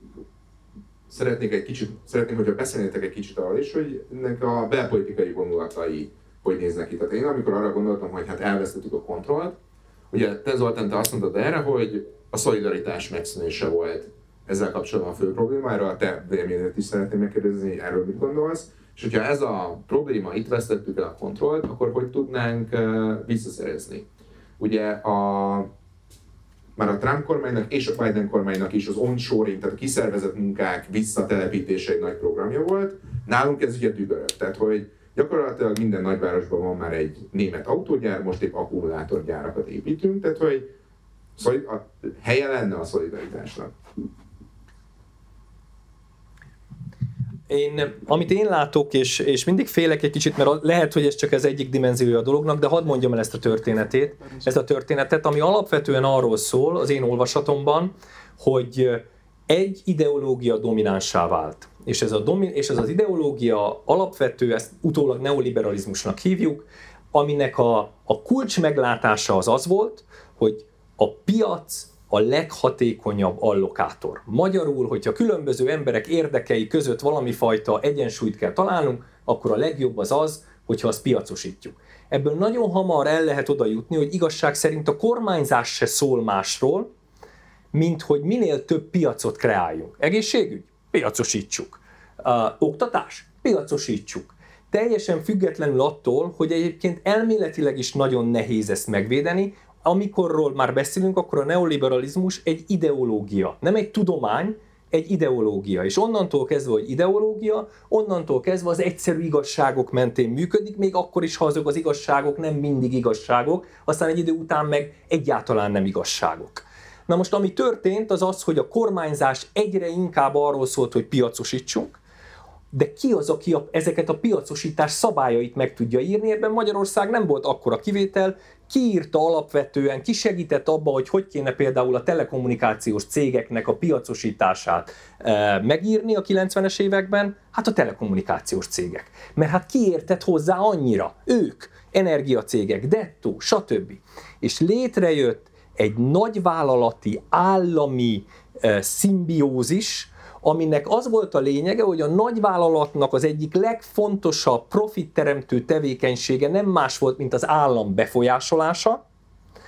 szeretnék, hogyha beszélnétek egy kicsit arról is, hogy ennek a belpolitikai vonulatai hogy néznek ki. Tehát én amikor arra gondoltam, hogy hát elvesztettük a kontrollt, ugye te Zoltán, te azt mondtad erre, hogy a szolidaritás megszűnése volt ezzel kapcsolatban a fő probléma, erről a te véleményedet is szeretném megkérdezni, hogy erről mit gondolsz, és hogyha ez a probléma, itt vesztettük el a kontrollt, akkor hogy tudnánk visszaszerezni? Ugye már a Trump kormánynak és a Biden kormánynak is az onshoring, tehát a kiszervezett munkák visszatelepítése egy nagy programja volt. Nálunk ez ugye dübörög, tehát hogy gyakorlatilag minden nagyvárosban van már egy német autógyár, most épp akkumulátorgyárakat építünk, tehát hogy a helye lenne a szolidaritásnak. Amit én látok, és mindig félek egy kicsit, mert lehet, hogy ez csak az egyik dimenziója a dolognak, de hadd mondjam el ezt a történetet, ami alapvetően arról szól az én olvasatomban, hogy egy ideológia dominánssá vált. És ez az ideológia alapvető, ezt utólag neoliberalizmusnak hívjuk, aminek a kulcs meglátása az volt, hogy a piac a leghatékonyabb allokátor. Magyarul, hogyha különböző emberek érdekei között valami fajta egyensúlyt kell találnunk, akkor a legjobb az, hogyha azt piacosítjuk. Ebből nagyon hamar el lehet oda jutni, hogy igazság szerint a kormányzás se szól másról, mint hogy minél több piacot kreáljunk. Egészségügy? Piacosítsuk. Oktatás? Piacosítsuk. Teljesen függetlenül attól, hogy egyébként elméletileg is nagyon nehéz ezt megvédeni, amikorról már beszélünk, akkor a neoliberalizmus egy ideológia, nem egy tudomány, egy ideológia. És onnantól kezdve, hogy ideológia, onnantól kezdve az egyszerű igazságok mentén működik, még akkor is, ha azok az igazságok nem mindig igazságok, aztán egy idő után meg egyáltalán nem igazságok. Na most, ami történt, az az, hogy a kormányzás egyre inkább arról szólt, hogy piacosítsunk, de ki az, aki ezeket a piacosítás szabályait meg tudja írni? Ebben Magyarország nem volt akkora kivétel, kiírta alapvetően, ki segített abba, hogy kéne például a telekommunikációs cégeknek a piacosítását megírni a 90-es években? Hát a telekommunikációs cégek. Mert hát ki értett hozzá annyira? Ők, energiacégek, dettó, stb. És létrejött egy nagyvállalati, állami szimbiózis, aminek az volt a lényege, hogy a nagyvállalatnak az egyik legfontosabb profitteremtő tevékenysége nem más volt, mint az állam befolyásolása,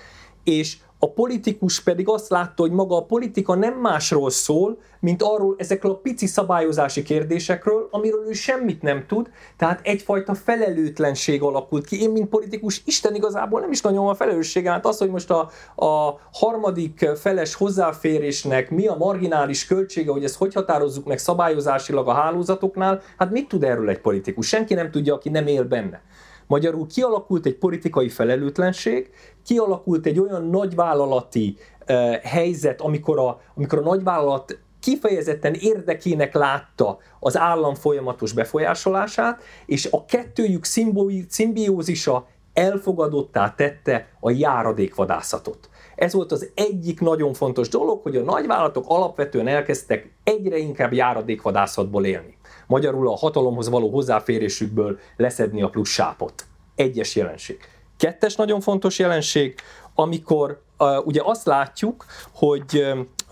és a politikus pedig azt látta, hogy maga a politika nem másról szól, mint arról ezekről a pici szabályozási kérdésekről, amiről ő semmit nem tud, tehát egyfajta felelőtlenség alakult ki. Én, mint politikus, Isten igazából nem is nagyon a felelőssége, hát az, hogy most a harmadik feles hozzáférésnek mi a marginális költsége, hogy ezt hogy határozzuk meg szabályozásilag a hálózatoknál, hát mit tud erről egy politikus? Senki nem tudja, aki nem él benne. Magyarul kialakult egy politikai felelőtlenség, kialakult egy olyan nagyvállalati helyzet, amikor a nagyvállalat kifejezetten érdekének látta az állam folyamatos befolyásolását, és a kettőjük szimbiózisa elfogadottá tette a járadékvadászatot. Ez volt az egyik nagyon fontos dolog, hogy a nagyvállalatok alapvetően elkezdtek egyre inkább járadékvadászatból élni. Magyarul a hatalomhoz való hozzáférésükből leszedni a plusz sápot. Egyes jelenség. Kettes nagyon fontos jelenség, amikor ugye azt látjuk, hogy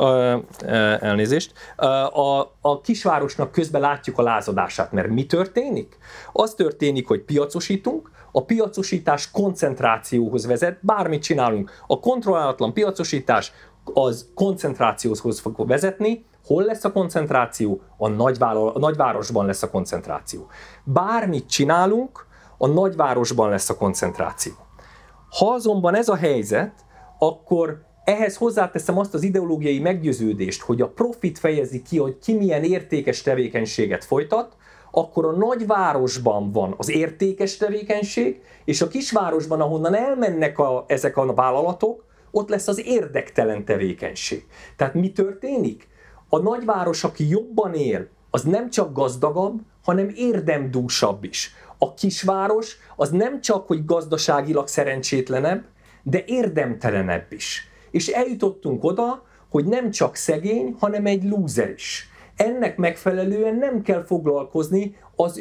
a kisvárosnak közben látjuk a lázadását, mert mi történik? Az történik, hogy piacosítunk, a piacosítás koncentrációhoz vezet, bármit csinálunk. A kontrollálatlan piacosítás az koncentrációhoz fog vezetni. Hol lesz a koncentráció? A nagyvárosban lesz a koncentráció. Bármit csinálunk, a nagyvárosban lesz a koncentráció. Ha azonban ez a helyzet, akkor ehhez hozzáteszem azt az ideológiai meggyőződést, hogy a profit fejezi ki, hogy ki milyen értékes tevékenységet folytat, akkor a nagyvárosban van az értékes tevékenység, és a kisvárosban, ahonnan elmennek ezek a vállalatok, ott lesz az érdektelen tevékenység. Tehát mi történik? A nagyváros, aki jobban él, az nem csak gazdagabb, hanem érdemdúsabb is. A kisváros az nem csak, hogy gazdaságilag szerencsétlenebb, de érdemtelenebb is. És eljutottunk oda, hogy nem csak szegény, hanem egy lúzer is. Ennek megfelelően nem kell foglalkozni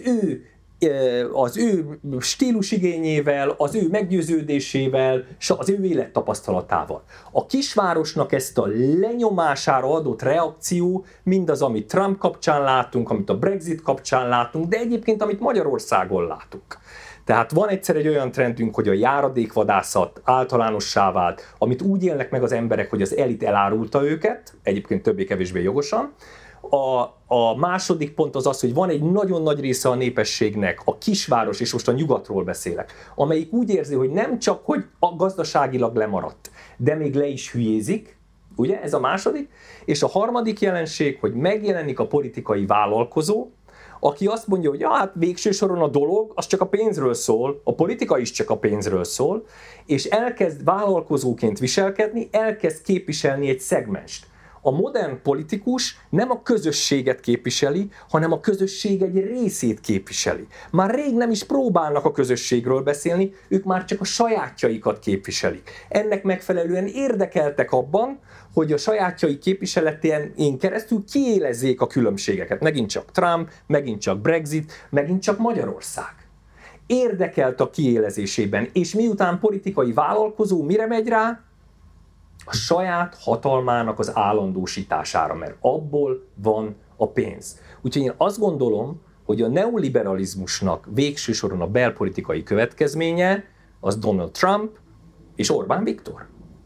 az ő stílusigényével, az ő meggyőződésével, az ő élettapasztalatával. A kisvárosnak ezt a lenyomására adott reakció, mindaz, amit Trump kapcsán látunk, amit a Brexit kapcsán látunk, de egyébként, amit Magyarországon látunk. Tehát van egyszer egy olyan trendünk, hogy a járadékvadászat általánossá vált, amit úgy élnek meg az emberek, hogy az elit elárulta őket, egyébként többé-kevésbé jogosan. A második pont az, hogy van egy nagyon nagy része a népességnek, a kisváros, és most a nyugatról beszélek, amelyik úgy érzi, hogy nem csak, hogy a gazdaságilag lemaradt, de még le is hülyézik, ugye, ez a második. És a harmadik jelenség, hogy megjelenik a politikai vállalkozó, aki azt mondja, hogy hát végső soron a dolog, az csak a pénzről szól, a politika is csak a pénzről szól, és elkezd vállalkozóként viselkedni, elkezd képviselni egy szegmenst. A modern politikus nem a közösséget képviseli, hanem a közösség egy részét képviseli. Már rég nem is próbálnak a közösségről beszélni, ők már csak a sajátjaikat képviselik. Ennek megfelelően érdekeltek abban, hogy a sajátjai képviseletén keresztül kiélezzék a különbségeket. Megint csak Trump, megint csak Brexit, megint csak Magyarország. Érdekelt a kiélezésében, és miután politikai vállalkozó mire megy rá? A saját hatalmának az állandósítására, mert abból van a pénz. Úgyhogy én azt gondolom, hogy a neoliberalizmusnak végső soron a belpolitikai következménye az Donald Trump és Orbán Viktor.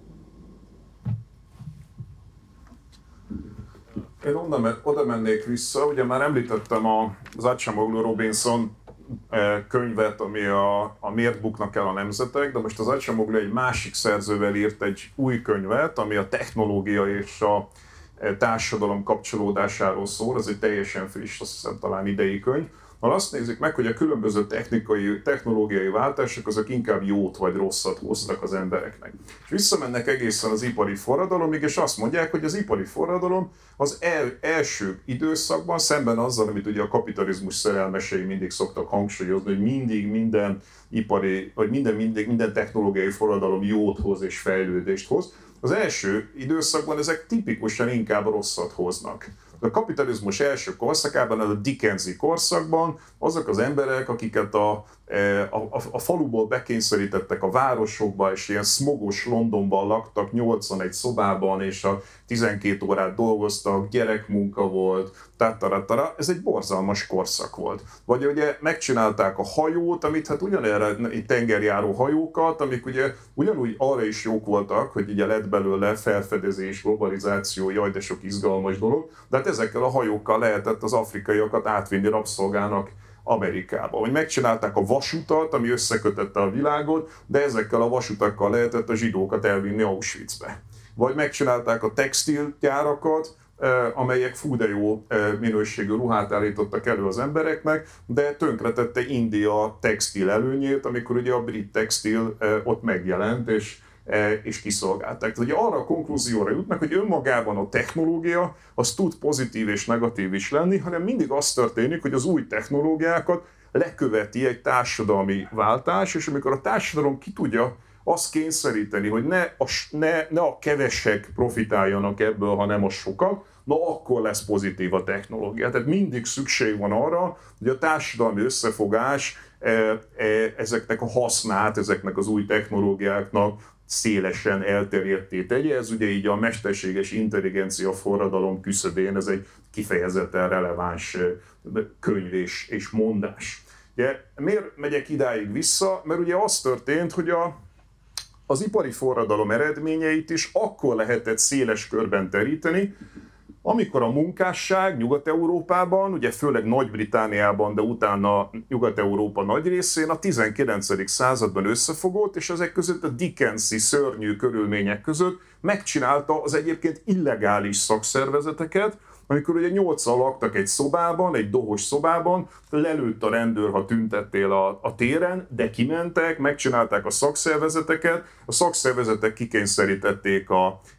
Én oda mennék vissza, ugye már említettem az Acemoglu Robinson könyvet, ami a Miért buknak el a nemzetek, de most az Acemoglu egy másik szerzővel írt egy új könyvet, ami a technológia és a társadalom kapcsolódásáról szól, ez egy teljesen friss, azt hiszem talán idei könyv. Ha azt nézzük meg, hogy a különböző technológiai váltások azok inkább jót vagy rosszat hoztak az embereknek. És visszamennek egészen az ipari forradalomig, és azt mondják, hogy az ipari forradalom az első időszakban szemben azzal, amit ugye a kapitalizmus szerelmesei mindig szoktak hangsúlyozni, hogy mindig minden ipari, vagy minden technológiai forradalom jót hoz és fejlődést hoz. Az első időszakban ezek tipikusan inkább rosszat hoznak. A kapitalizmus első korszakában, az a Dickensi korszakban azok az emberek, akiket a faluból bekényszerítettek a városokba, és ilyen smogos Londonban laktak 81 szobában, és a 12 órát dolgoztak, gyerekmunka volt, tátaratara, ez egy borzalmas korszak volt. Vagy ugye megcsinálták a hajót, amit hát ugyanerre tengerjáró hajókat, amik ugye ugyanúgy arra is jók voltak, hogy ugye lett belőle felfedezés, globalizáció, jaj, de sok izgalmas dolog, de hát ezekkel a hajókkal lehetett az afrikaiakat átvinni rabszolgának Amerikába. Vagy megcsinálták a vasutat, ami összekötette a világot, de ezekkel a vasutakkal lehetett a zsidókat elvinni Auschwitzbe. Vagy megcsinálták a textilgyárakat, amelyek fú de jó minőségű ruhát állítottak elő az embereknek, de tönkretette India textil előnyét, amikor ugye a brit textil ott megjelent, és kiszolgálták. Tehát ugye arra a konklúzióra jutnak, hogy önmagában a technológia az tud pozitív és negatív is lenni, hanem mindig az történik, hogy az új technológiákat leköveti egy társadalmi váltás, és amikor a társadalom ki tudja azt kényszeríteni, hogy ne a kevesek profitáljanak ebből, hanem a sokak, na akkor lesz pozitív a technológia. Tehát mindig szükség van arra, hogy a társadalmi összefogás ezeknek a hasznát, ezeknek az új technológiáknak szélesen elterjedté tegye. Ez ugye így a mesterséges intelligencia forradalom küszöbén, ez egy kifejezetten releváns könyv és mondás. Ugye, miért megyek idáig vissza? Mert ugye az történt, hogy az ipari forradalom eredményeit is akkor lehetett széles körben teríteni, amikor a munkásság Nyugat-Európában, ugye főleg Nagy-Britanniában, de utána Nyugat-Európa nagy részén a 19. században összefogott, és ezek között a Dickensi szörnyű körülmények között megcsinálta az egyébként illegális szakszervezeteket, amikor ugye 8-an laktak egy szobában, egy dohos szobában, lelőtt a rendőr, ha tüntettél a téren, de kimentek, megcsinálták a szakszervezeteket, a szakszervezetek kikényszerítették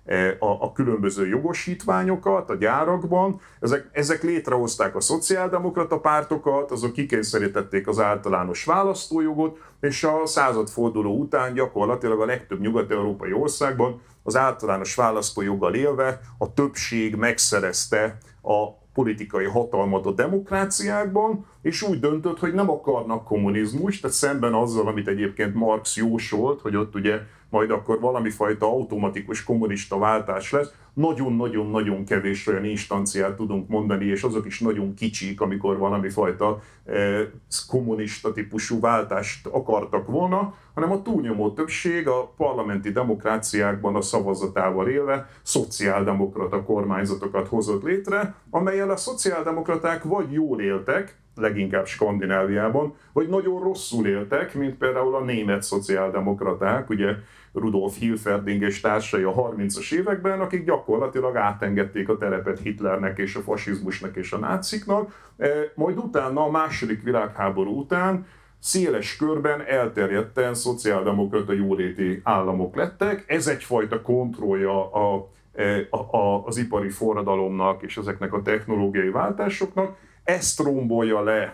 a különböző jogosítványokat a gyárakban, ezek létrehozták a szociáldemokrata pártokat, azok kikényszerítették az általános választójogot, és a századforduló után gyakorlatilag a legtöbb nyugat-európai országban az általános választójoggal élve a többség megszerezte a politikai hatalmat a demokráciákban, és úgy döntött, hogy nem akarnak kommunizmust, tehát szemben azzal, amit egyébként Marx jósolt, hogy ott ugye majd akkor valami fajta automatikus kommunista váltás lesz. Nagyon-nagyon-nagyon kevés olyan instanciát tudunk mondani, és azok is nagyon kicsik, amikor valami fajta kommunista típusú váltást akartak volna, hanem a túlnyomó többség a parlamenti demokráciákban a szavazatával élve szociáldemokrata kormányzatokat hozott létre, amellyel a szociáldemokraták vagy jól éltek, leginkább Skandináviában, vagy nagyon rosszul éltek, mint például a német szociáldemokraták, ugye Rudolf Hilferding és társai a 30-as években, akik gyakorlatilag átengedték a terepet Hitlernek és a fasizmusnak és a náciknak, majd utána a II. Világháború után széles körben elterjedten szociáldemokrata jóléti államok lettek. Ez egyfajta kontrollja az ipari forradalomnak és ezeknek a technológiai váltásoknak. Ezt rombolja le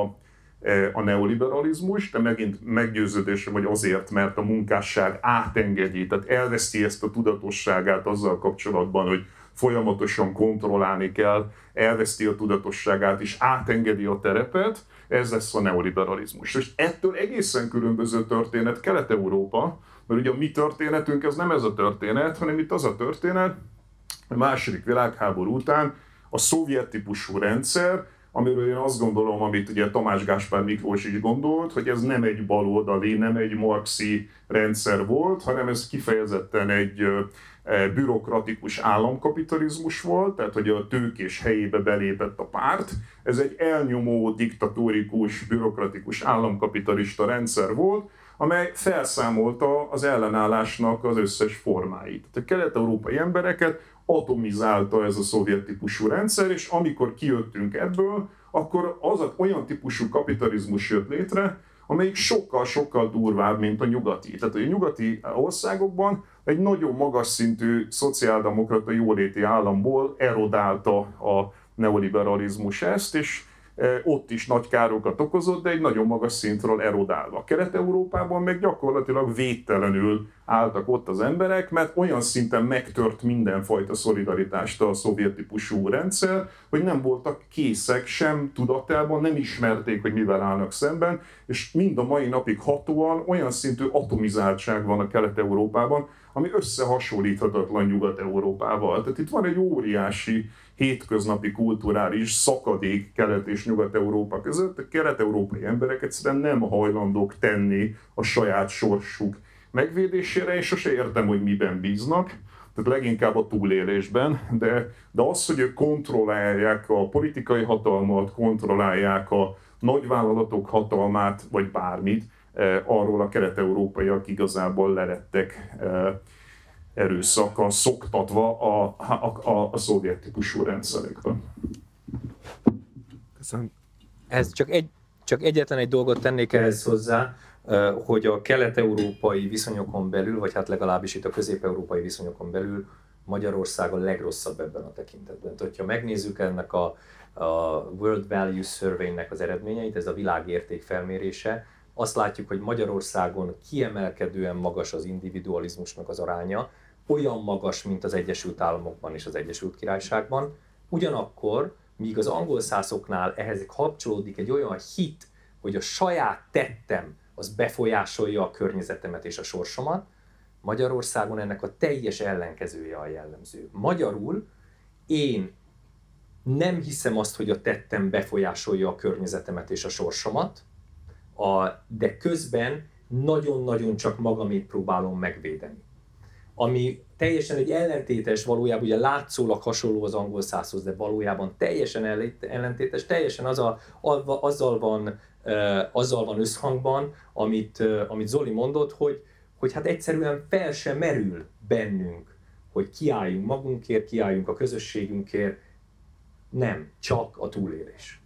a neoliberalizmus, de megint meggyőződésem, hogy azért, mert a munkásság átengedi, tehát elveszti ezt a tudatosságát azzal kapcsolatban, hogy folyamatosan kontrollálni kell, elveszti a tudatosságát és átengedi a terepet, ez lesz a neoliberalizmus. És ettől egészen különböző történet Kelet-Európa, mert ugye a mi történetünk ez nem ez a történet, hanem itt az a történet, a II. Világháború után a szovjet típusú rendszer, amiről én azt gondolom, amit ugye Tamás Gáspár Miklós is gondolt, hogy ez nem egy baloldali, nem egy marxi rendszer volt, hanem ez kifejezetten egy bürokratikus államkapitalizmus volt, tehát hogy a tőkés helyébe belépett a párt. Ez egy elnyomó, diktatórikus, bürokratikus államkapitalista rendszer volt, amely felszámolta az ellenállásnak az összes formáit. Tehát a kelet-európai embereket atomizálta ez a szovjet típusú rendszer, és amikor kijöttünk ebből, akkor olyan típusú kapitalizmus jött létre, amelyik sokkal-sokkal durvább, mint a nyugati. Tehát a nyugati országokban egy nagyon magas szintű szociáldemokrata jóléti államból erodálta a neoliberalizmus ezt, és ott is nagy károkat okozott, de egy nagyon magas szintről erodálva. Kelet-Európában meg gyakorlatilag védtelenül álltak ott az emberek, mert olyan szinten megtört mindenfajta szolidaritást a szovjet típusú rendszer, hogy nem voltak készek sem tudatában, nem ismerték, hogy mivel állnak szemben, és mind a mai napig hatóan olyan szintű atomizáltság van a Kelet-Európában, ami összehasonlíthatatlan Nyugat-Európával. Tehát itt van egy óriási hétköznapi kulturális szakadék Kelet- és Nyugat-Európa között. A kelet-európai emberek egyszerűen nem hajlandók tenni a saját sorsuk megvédésére, és sose értem, hogy miben bíznak. Tehát leginkább a túlélésben, de az, hogy ők kontrollálják a politikai hatalmat, kontrollálják a nagyvállalatok hatalmát, vagy bármit, arról a kelet-európaiak igazából lelettek erőszakkal szoktatva a szovjet típusú rendszerekben. Köszönöm. Ez csak egyetlen egy dolgot tennék ehhez hozzá, hogy a kelet-európai viszonyokon belül, vagy hát legalábbis itt a közép-európai viszonyokon belül Magyarország a legrosszabb ebben a tekintetben. Tehát, hogyha megnézzük ennek a World Value Survey-nek az eredményeit, ez a világérték felmérése, azt látjuk, hogy Magyarországon kiemelkedően magas az individualizmusnak az aránya, olyan magas, mint az Egyesült Államokban és az Egyesült Királyságban. Ugyanakkor, míg az angol szászoknál ehhez kapcsolódik egy olyan hit, hogy a saját tettem az befolyásolja a környezetemet és a sorsomat, Magyarországon ennek a teljes ellenkezője a jellemző. Magyarul én nem hiszem azt, hogy a tettem befolyásolja a környezetemet és a sorsomat, de közben nagyon-nagyon csak magamét próbálom megvédeni. Ami teljesen egy ellentétes, valójában ugye látszólag hasonló az angol szászhoz, de valójában teljesen ellentétes, teljesen azzal van összhangban, amit Zoli mondott, hogy hát egyszerűen fel sem merül bennünk, hogy kiálljunk magunkért, kiálljunk a közösségünkért, nem, csak a túlélés.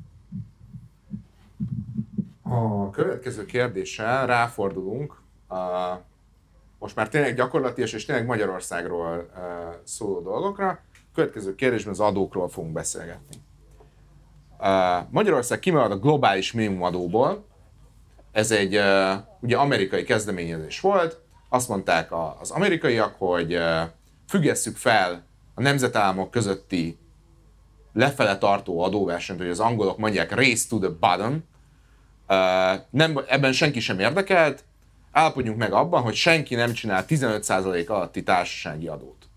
A következő kérdéssel ráfordulunk most már tényleg gyakorlatias és tényleg Magyarországról szóló dolgokra. A következő kérdésben az adókról fogunk beszélgetni. Magyarország kimarad a globális minimumadóból. Ez egy ugye amerikai kezdeményezés volt. Azt mondták az amerikaiak, hogy függesszük fel a nemzetállamok közötti lefele tartó adóversenyt, hogy az angolok mondják race to the bottom. Ebben senki sem érdekelt. Állapodjunk meg abban, hogy senki nem csinál 15% alatti társasági adót.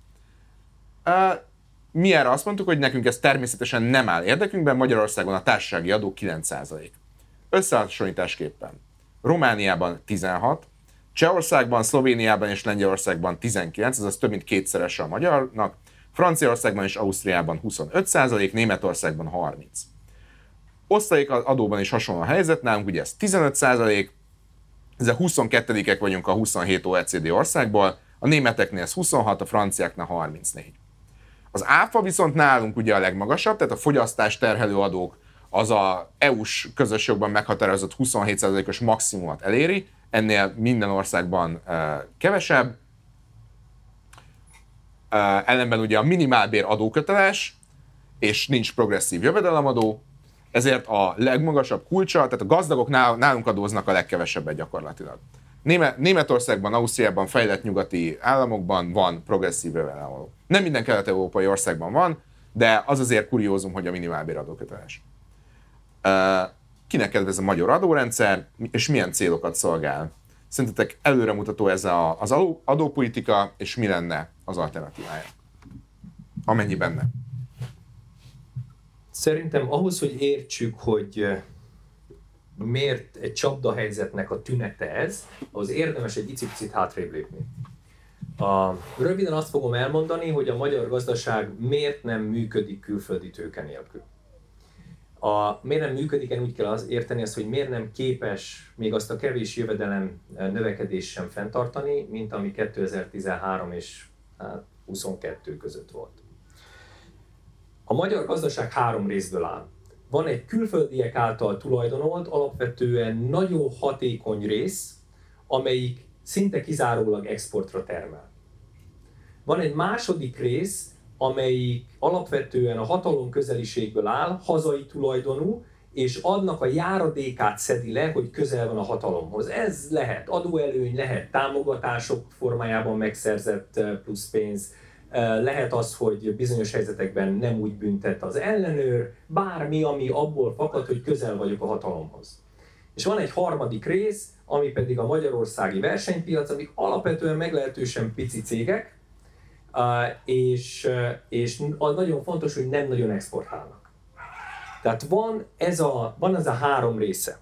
Mi erre azt mondtuk, hogy nekünk ez természetesen nem áll érdekünkben, Magyarországon a társasági adó 9%. Összehasonlításképpen Romániában 16, Csehországban, Szlovéniában és Lengyelországban 19, azaz több mint kétszerese a magyarnak, Franciaországban és Ausztriában 25%, Németországban 30. Osztalék adóban is hasonló a helyzet, nálunk ugye ez 15%, ezzel 22-ek vagyunk a 27 OECD országból, a németeknél ez 26, a franciáknál 34. Az áfa viszont nálunk ugye a legmagasabb, tehát a fogyasztás terhelő adók az a EU-s közös jogban meghatározott 27%-os maximumot eléri, ennél minden országban kevesebb. Ellenben ugye a minimálbér adóköteles, és nincs progresszív jövedelemadó, ezért a legmagasabb kulcsa, tehát a gazdagok nálunk adóznak a legkevesebbet gyakorlatilag. Németországban, Ausztriában, fejlett nyugati államokban van progresszív jövedelemadó. Nem minden kelet-európai országban van, de az azért kuriózum, hogy a minimálbér adóköteles. Kinek kedvez a magyar adórendszer, és milyen célokat szolgál? Szerintetek előremutató ez az adópolitika, és mi lenne az alternatívája? Amennyiben nem. Szerintem ahhoz, hogy értsük, hogy miért egy csapdahelyzetnek a tünete ez, ahhoz érdemes egy icipicit hátrébb lépni. Röviden azt fogom elmondani, hogy a magyar gazdaság miért nem működik külföldi tőke nélkül. Miért nem működik, úgy kell érteni azt, hogy miért nem képes még azt a kevés jövedelem növekedést sem fenntartani, mint ami 2013 és 2022 között volt. A magyar gazdaság 3 részből áll. Van egy külföldiek által tulajdonolt, alapvetően nagyon hatékony rész, amelyik szinte kizárólag exportra termel. Van egy második rész, amelyik alapvetően a hatalom közeliségből áll, hazai tulajdonú, és annak a járadékát szedi le, hogy közel van a hatalomhoz. Ez lehet adóelőny, lehet támogatások formájában megszerzett plusz pénz, lehet az, hogy bizonyos helyzetekben nem úgy büntet az ellenőr, bármi, ami abból fakad, hogy közel vagyok a hatalomhoz. És van egy harmadik rész, ami pedig a magyarországi versenypiac, amik alapvetően meglehetősen pici cégek, és nagyon fontos, hogy nem nagyon exportálnak. Tehát van ez a három része.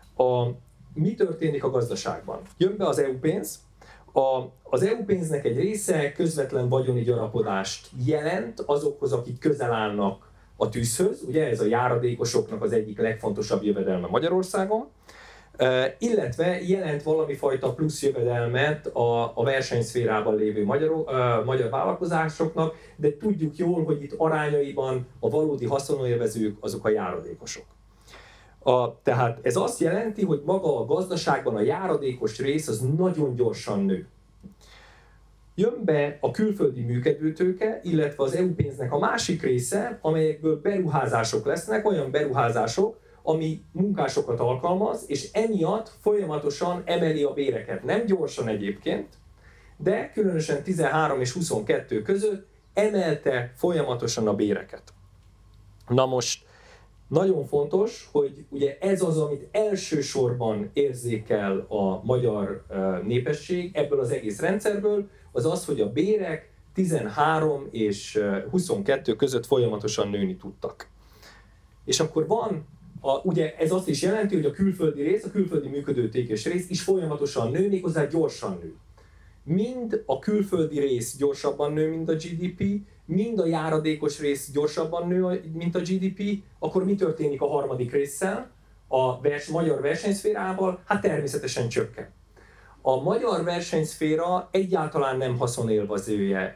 Mi történik a gazdaságban? Jön be az EU pénz, az EU pénznek egy része közvetlen vagyoni gyarapodást jelent azokhoz, akik közel állnak a tűzhöz, ugye ez a járadékosoknak az egyik legfontosabb jövedelme Magyarországon, illetve jelent valami fajta plusz jövedelmet a versenyszférában lévő magyar vállalkozásoknak, de tudjuk jól, hogy itt arányaiban a valódi haszonélvezők azok a járadékosok. Tehát ez azt jelenti, hogy maga a gazdaságban a járadékos rész az nagyon gyorsan nő. Jön be a külföldi működőtőke, illetve az EU pénznek a másik része, amelyekből beruházások lesznek, olyan beruházások, ami munkásokat alkalmaz, és emiatt folyamatosan emeli a béreket. Nem gyorsan egyébként, de különösen 13 és 22 között emelte folyamatosan a béreket. Na most, nagyon fontos, hogy ugye ez az, amit elsősorban érzékel a magyar népesség ebből az egész rendszerből, az az, hogy a bérek 13 és 22 között folyamatosan nőni tudtak. És akkor van, ugye ez azt is jelenti, hogy a külföldi rész, a külföldi működőtőkés rész is folyamatosan nő, méghozzá gyorsan nő. Mind a külföldi rész gyorsabban nő, mint a GDP, mind a járadékos rész gyorsabban nő, mint a GDP, akkor mi történik a harmadik résszel, a magyar versenyszférával? Hát természetesen csökken. A magyar versenyszféra egyáltalán nem haszonélvezője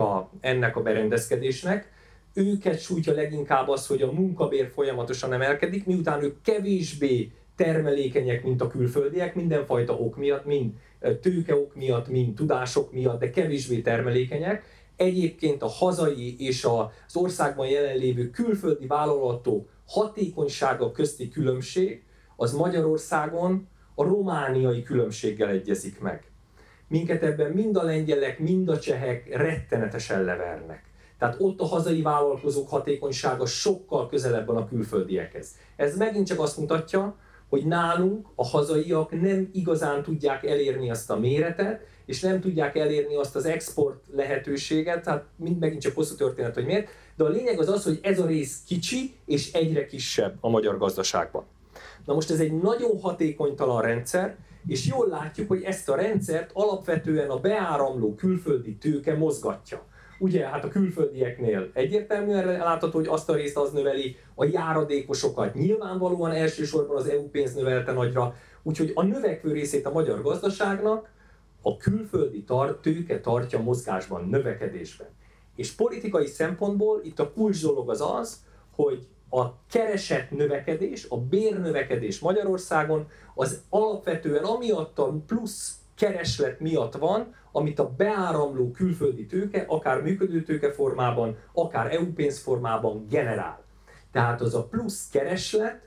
ennek a berendezkedésnek. Őket sújtja leginkább az, hogy a munkabér folyamatosan emelkedik, miután ők kevésbé termelékenyek, mint a külföldiek, mindenfajta ok miatt, mind tőkeok miatt, mind tudások miatt, de kevésbé termelékenyek. Egyébként a hazai és az országban jelenlévő külföldi vállalatok hatékonysága közti különbség az Magyarországon a romániai különbséggel egyezik meg. Minket ebben mind a lengyelek, mind a csehek rettenetesen levernek. Tehát ott a hazai vállalkozók hatékonysága sokkal közelebb van a külföldiekhez. Ez megint csak azt mutatja, hogy nálunk a hazaiak nem igazán tudják elérni azt a méretet, és nem tudják elérni azt az export lehetőséget, hát megint csak hosszú történet, hogy miért, de a lényeg az az, hogy ez a rész kicsi és egyre kisebb a magyar gazdaságban. Na most ez egy nagyon hatékonytalan rendszer, és jól látjuk, hogy ezt a rendszert alapvetően a beáramló külföldi tőke mozgatja. Ugye, hát a külföldieknél egyértelműen látható, hogy azt a részt az növeli, a járadékosokat nyilvánvalóan elsősorban az EU pénz növelte nagyra, úgyhogy a növekvő részét a magyar gazdaságnak a külföldi tőke tartja mozgásban, növekedésben. És politikai szempontból itt a kulcs dolog az, hogy a keresett növekedés, a bérnövekedés Magyarországon az alapvetően amiatt a plusz kereslet miatt van, amit a beáramló külföldi tőke, akár működőtőke formában, akár EU pénz formában generál. Tehát az a plusz kereslet,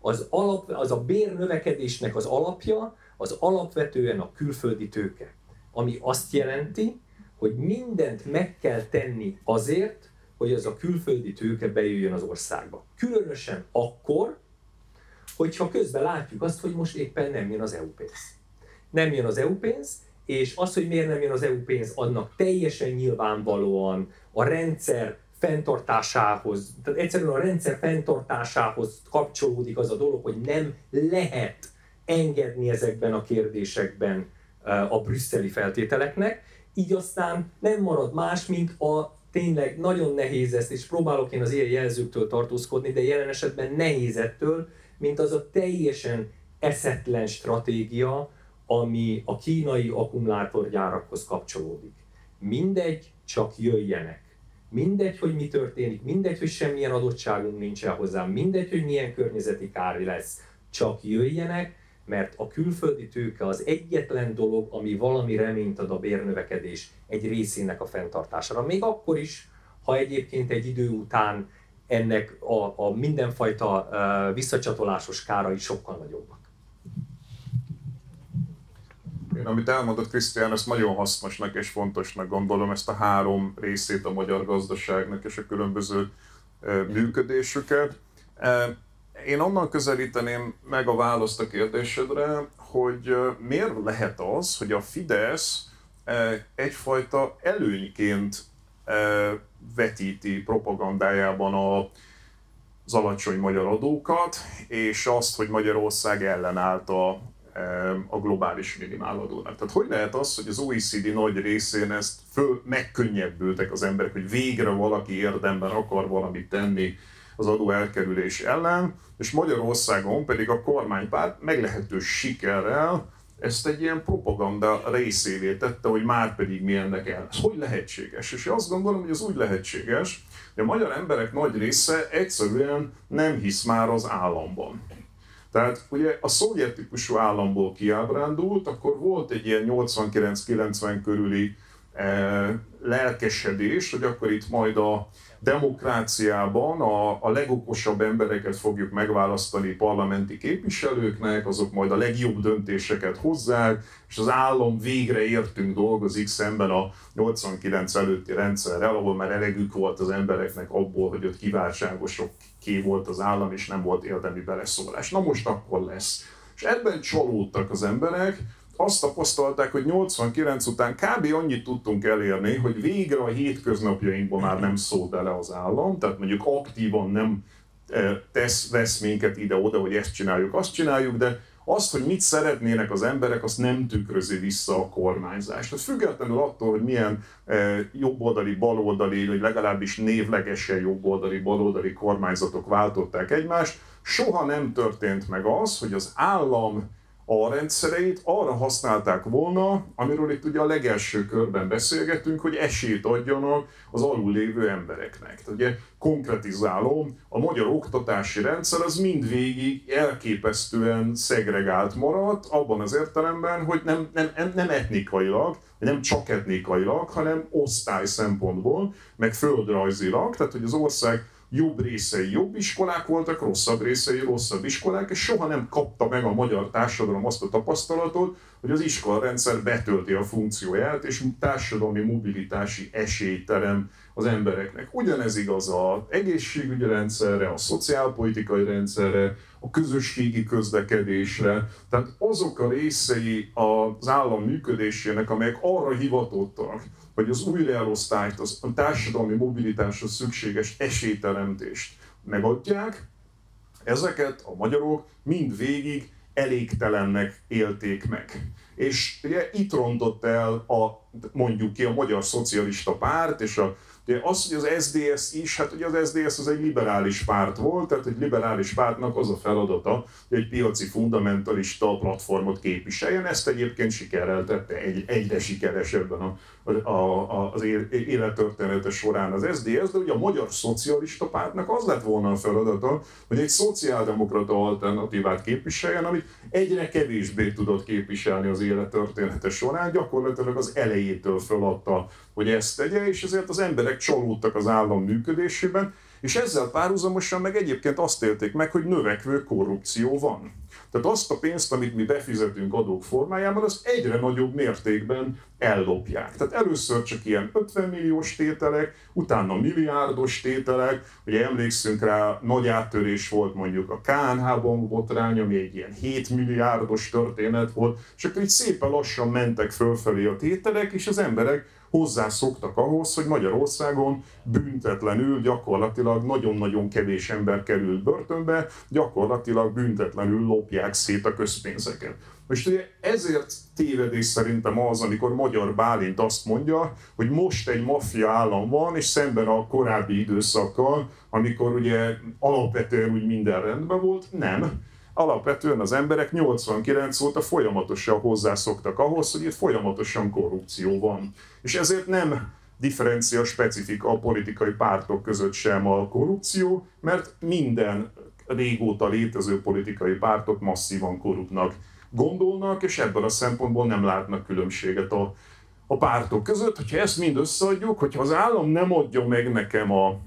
az a bérnövekedésnek az alapja, az alapvetően a külföldi tőke. Ami azt jelenti, hogy mindent meg kell tenni azért, hogy az a külföldi tőke bejöjjön az országba. Különösen akkor, hogyha közben látjuk azt, hogy most éppen nem jön az EU pénz. Nem jön az EU pénz, és az, hogy miért nem jön az EU pénz, annak teljesen nyilvánvalóan a rendszer fenntartásához, tehát egyszerűen a rendszer fenntartásához kapcsolódik az a dolog, hogy nem lehet engedni ezekben a kérdésekben a brüsszeli feltételeknek, így aztán nem marad más, mint a tényleg nagyon nehéz ezt, és próbálok én az ilyen jelzőktől tartózkodni, de jelen esetben nehéz ettől, mint az a teljesen eszetlen stratégia, ami a kínai akkumulátorgyárakhoz kapcsolódik. Mindegy, csak jöjjenek. Mindegy, hogy mi történik, mindegy, hogy semmilyen adottságunk nincsen hozzá, mindegy, hogy milyen környezeti kár lesz, csak jöjjenek, mert a külföldi tőke az egyetlen dolog, ami valami reményt ad a bérnövekedés egy részének a fenntartására. Még akkor is, ha egyébként egy idő után ennek a mindenfajta visszacsatolásos kárai sokkal nagyobbak. Én, amit elmondott Krisztián, ezt nagyon hasznosnak és fontosnak gondolom, ezt a három részét a magyar gazdaságnak és a különböző működésüket. Én onnan közelíteném meg a választ a kérdésedre, hogy miért lehet az, hogy a Fidesz egyfajta előnyként vetíti propagandájában az alacsony magyar adókat, és azt, hogy Magyarország ellenállt a globális minimáladónak. Tehát hogy lehet az, hogy az OECD nagy részén ezt megkönnyebbültek az emberek, hogy végre valaki érdemben akar valamit tenni az adó elkerülés ellen, és Magyarországon pedig a kormánypárt meglehetős sikerrel ezt egy ilyen propaganda részévé tette, hogy már pedig mi ennek el. Ez hogy lehetséges? És én azt gondolom, hogy ez úgy lehetséges, hogy a magyar emberek nagy része egyszerűen nem hisz már az államban. Tehát ugye a szovjet típusú államból kiábrándult, akkor volt egy ilyen 89-90 körüli lelkesedés, hogy akkor itt majd a demokráciában a legokosabb embereket fogjuk megválasztani parlamenti képviselőknek, azok majd a legjobb döntéseket hozzák, és az állam végre értünk dolgozik szemben a 89 előtti rendszerrel, ahol már elegük volt az embereknek abból, hogy ott kiváltságosoké volt az állam, és nem volt érdemi beleszólás. Na most akkor lesz. És ebben csalódtak az emberek, azt tapasztalták, hogy 89 után kb. Annyit tudtunk elérni, hogy végre a hétköznapjainkban már nem szól bele az állam, tehát mondjuk aktívan nem vesz minket ide-oda, hogy ezt csináljuk, azt csináljuk, de azt, hogy mit szeretnének az emberek, azt nem tükrözi vissza a kormányzás. Tehát függetlenül attól, hogy milyen jobboldali, baloldali, vagy legalábbis névlegesen jobboldali, baloldali kormányzatok váltották egymást, soha nem történt meg az, hogy az állam a rendszereit arra használták volna, amiről itt ugye a legelső körben beszélgetünk, hogy esélyt adjanak az alul lévő embereknek. Tehát ugye konkretizálom, a magyar oktatási rendszer az mindvégig elképesztően szegregált maradt, abban az értelemben, hogy nem etnikailag, nem csak etnikailag, hanem osztály szempontból, meg földrajzilag, tehát hogy az ország jobb részei jobb iskolák voltak, rosszabb részei rosszabb iskolák, és soha nem kapta meg a magyar társadalom azt a tapasztalatot, hogy az iskolarendszer betölti a funkcióját, és társadalmi mobilitási esélyt terem az embereknek. Ugyanez igaz az egészségügyi rendszerre, a szociálpolitikai rendszerre, a közösségi közlekedésre, tehát azok a részei az állam működésének, amelyek arra hivatottak, hogy az újraelosztályt, a társadalmi mobilitáshoz szükséges esélyteremtést megadják, ezeket a magyarok mindvégig elégtelennek élték meg. És ugye itt rontott el mondjuk ki a Magyar Szocialista Párt, és ugye az, hogy az SZDSZ is, hát ugye az SZDSZ az egy liberális párt volt, tehát egy liberális pártnak az a feladata, hogy egy piaci fundamentalista platformot képviseljen, ezt egyébként sikerrel tette, egyre sikeresebben az élettörténete során az SZDSZ, de ugye a Magyar Szocialista Pártnak az lett volna a feladata, hogy egy szociáldemokrata alternatívát képviseljen, amit egyre kevésbé tudott képviselni az élettörténete során, gyakorlatilag az elejétől feladta, hogy ezt tegye, és ezért az emberek csalódtak az állam működésében, és ezzel párhuzamosan meg egyébként azt élték meg, hogy növekvő korrupció van. Tehát azt a pénzt, amit mi befizetünk adók formájában, azt egyre nagyobb mértékben ellopják. Tehát először csak ilyen 50 milliós tételek, utána milliárdos tételek, ugye emlékszünk rá, nagy áttörés volt mondjuk a KNH Bank botrány, ami egy ilyen 7 milliárdos történet volt, és akkor így szépen lassan mentek fölfelé a tételek, és az emberek hozzászoktak ahhoz, hogy Magyarországon büntetlenül gyakorlatilag nagyon-nagyon kevés ember került börtönbe, gyakorlatilag büntetlenül lopják szét a közpénzeket. Most ugye ezért tévedés szerintem az, amikor Magyar Bálint azt mondja, hogy most egy maffia állam van, és szemben a korábbi időszakkal, amikor ugye alapvetően úgy minden rendben volt, nem. Alapvetően az emberek 89 óta folyamatosan hozzászoktak ahhoz, hogy itt folyamatosan korrupció van. És ezért nem differencia specifika a politikai pártok között sem a korrupció, mert minden régóta létező politikai pártot masszívan korruptnak gondolnak, és ebből a szempontból nem látnak különbséget a a pártok között, hogyha ezt mind összeadjuk, hogyha az állam nem adja meg nekem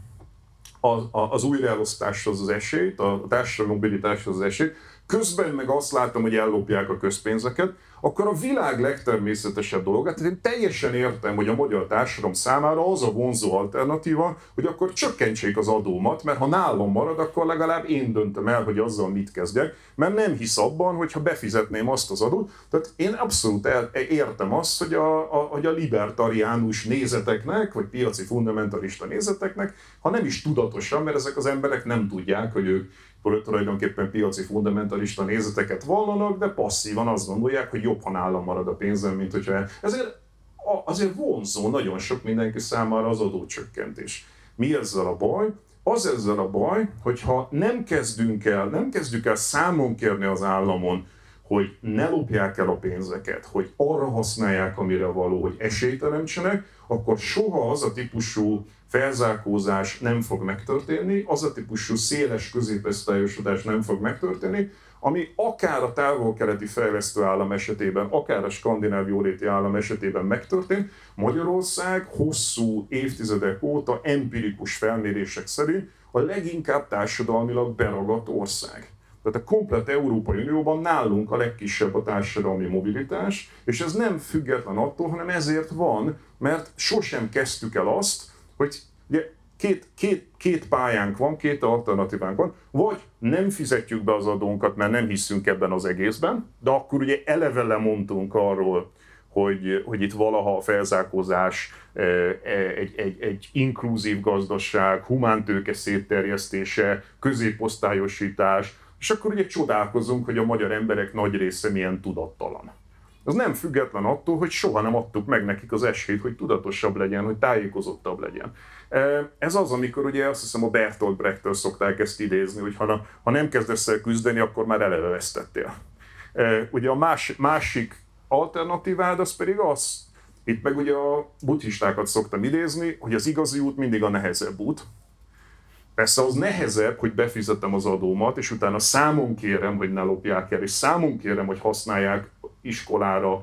az újraelosztáshoz az esélyt, a társadalmi mobilitáshoz az esélyt, közben meg azt látom, hogy ellopják a közpénzeket, akkor a világ legtermészetesebb dolog, tehát én teljesen értem, hogy a magyar társadalom számára az a vonzó alternatíva, hogy akkor csökkentsék az adómat, mert ha nálam marad, akkor legalább én döntöm el, hogy azzal mit kezdjek, mert nem hisz abban, hogyha befizetném azt az adót. Tehát én abszolút értem azt, hogy a libertariánus nézeteknek, vagy piaci fundamentalista nézeteknek, ha nem is tudatosan, mert ezek az emberek nem tudják, hogy ők tulajdonképpen piaci fundamentalista nézeteket vallanak, de passzívan azt gondolják, hogy jobb, ha nálam marad a pénzem, mint hogyha... Azért vonzó nagyon sok mindenki számára az adócsökkentés. Mi ezzel a baj? Az ezzel a baj, hogyha nem kezdjük el számon kérni az államon, hogy ne lopják el a pénzeket, hogy arra használják, amire való, hogy esélyt teremtsenek, akkor soha az a típusú felzárkózás nem fog megtörténni, az a típusú széles középosztályosodás nem fog megtörténni, ami akár a távol-keleti fejlesztő állam esetében, akár a skandináv jóléti állam esetében megtörtént. Magyarország hosszú évtizedek óta empirikus felmérések szerint a leginkább társadalmilag beragadt ország. Tehát a komplett Európai Unióban nálunk a legkisebb a társadalmi mobilitás, és ez nem független attól, hanem ezért van, mert sosem kezdtük el azt, hogy ugye két pályánk van, két alternatívánk van, vagy nem fizetjük be az adónkat, mert nem hiszünk ebben az egészben, de akkor ugye eleve lemondtunk arról, hogy itt valaha a felzárkózás, egy inkluzív gazdaság, humántőke szétterjesztése, középosztályosítás, és akkor ugye csodálkozunk, hogy a magyar emberek nagy része milyen tudattalan. Az nem független attól, hogy soha nem adtuk meg nekik az esélyt, hogy tudatosabb legyen, hogy tájékozottabb legyen. Ez az, amikor ugye azt hiszem a Bertolt Brechttől szokták ezt idézni, hogy ha nem kezdesz el küzdeni, akkor már eleve vesztettél. Ugye a másik alternatívád az pedig az, itt meg ugye a buddhistákat szoktam idézni, hogy az igazi út mindig a nehezebb út. Persze az nehezebb, hogy befizetem az adómat, és utána számon kérem, hogy ne lopják el, és számon kérem, hogy használják iskolára,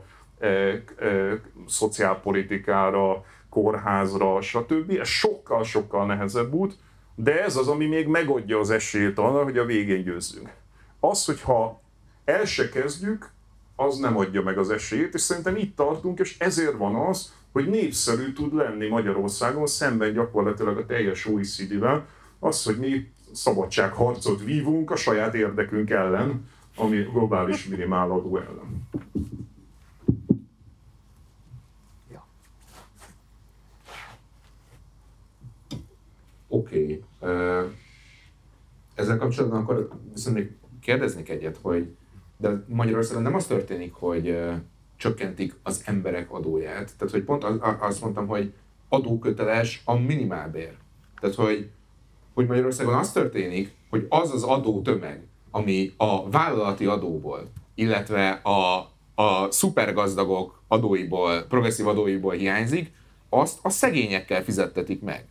szociálpolitikára, kórházra, stb. Ez sokkal-sokkal nehezebb út, de ez az, ami még megadja az esélyt arra, hogy a végén győzzünk. Az, hogyha el se kezdjük, az nem adja meg az esélyt, és szerintem itt tartunk, és ezért van az, hogy népszerű tud lenni Magyarországon szemben gyakorlatilag a teljes OECD-vel, az, hogy mi szabadságharcot vívunk a saját érdekünk ellen, ami globális minimáladó ellen. Oké. Ezzel kapcsolatban akkor viszont még kérdeznék egyet, hogy de Magyarországon nem az történik, hogy csökkentik az emberek adóját. Tehát, hogy pont azt mondtam, hogy adóköteles a minimálbér. Tehát, hogy Magyarországon az történik, hogy az az adótömeg, ami a vállalati adóból, illetve a szupergazdagok adóiból, progresszív adóiból hiányzik, azt a szegényekkel fizettetik meg.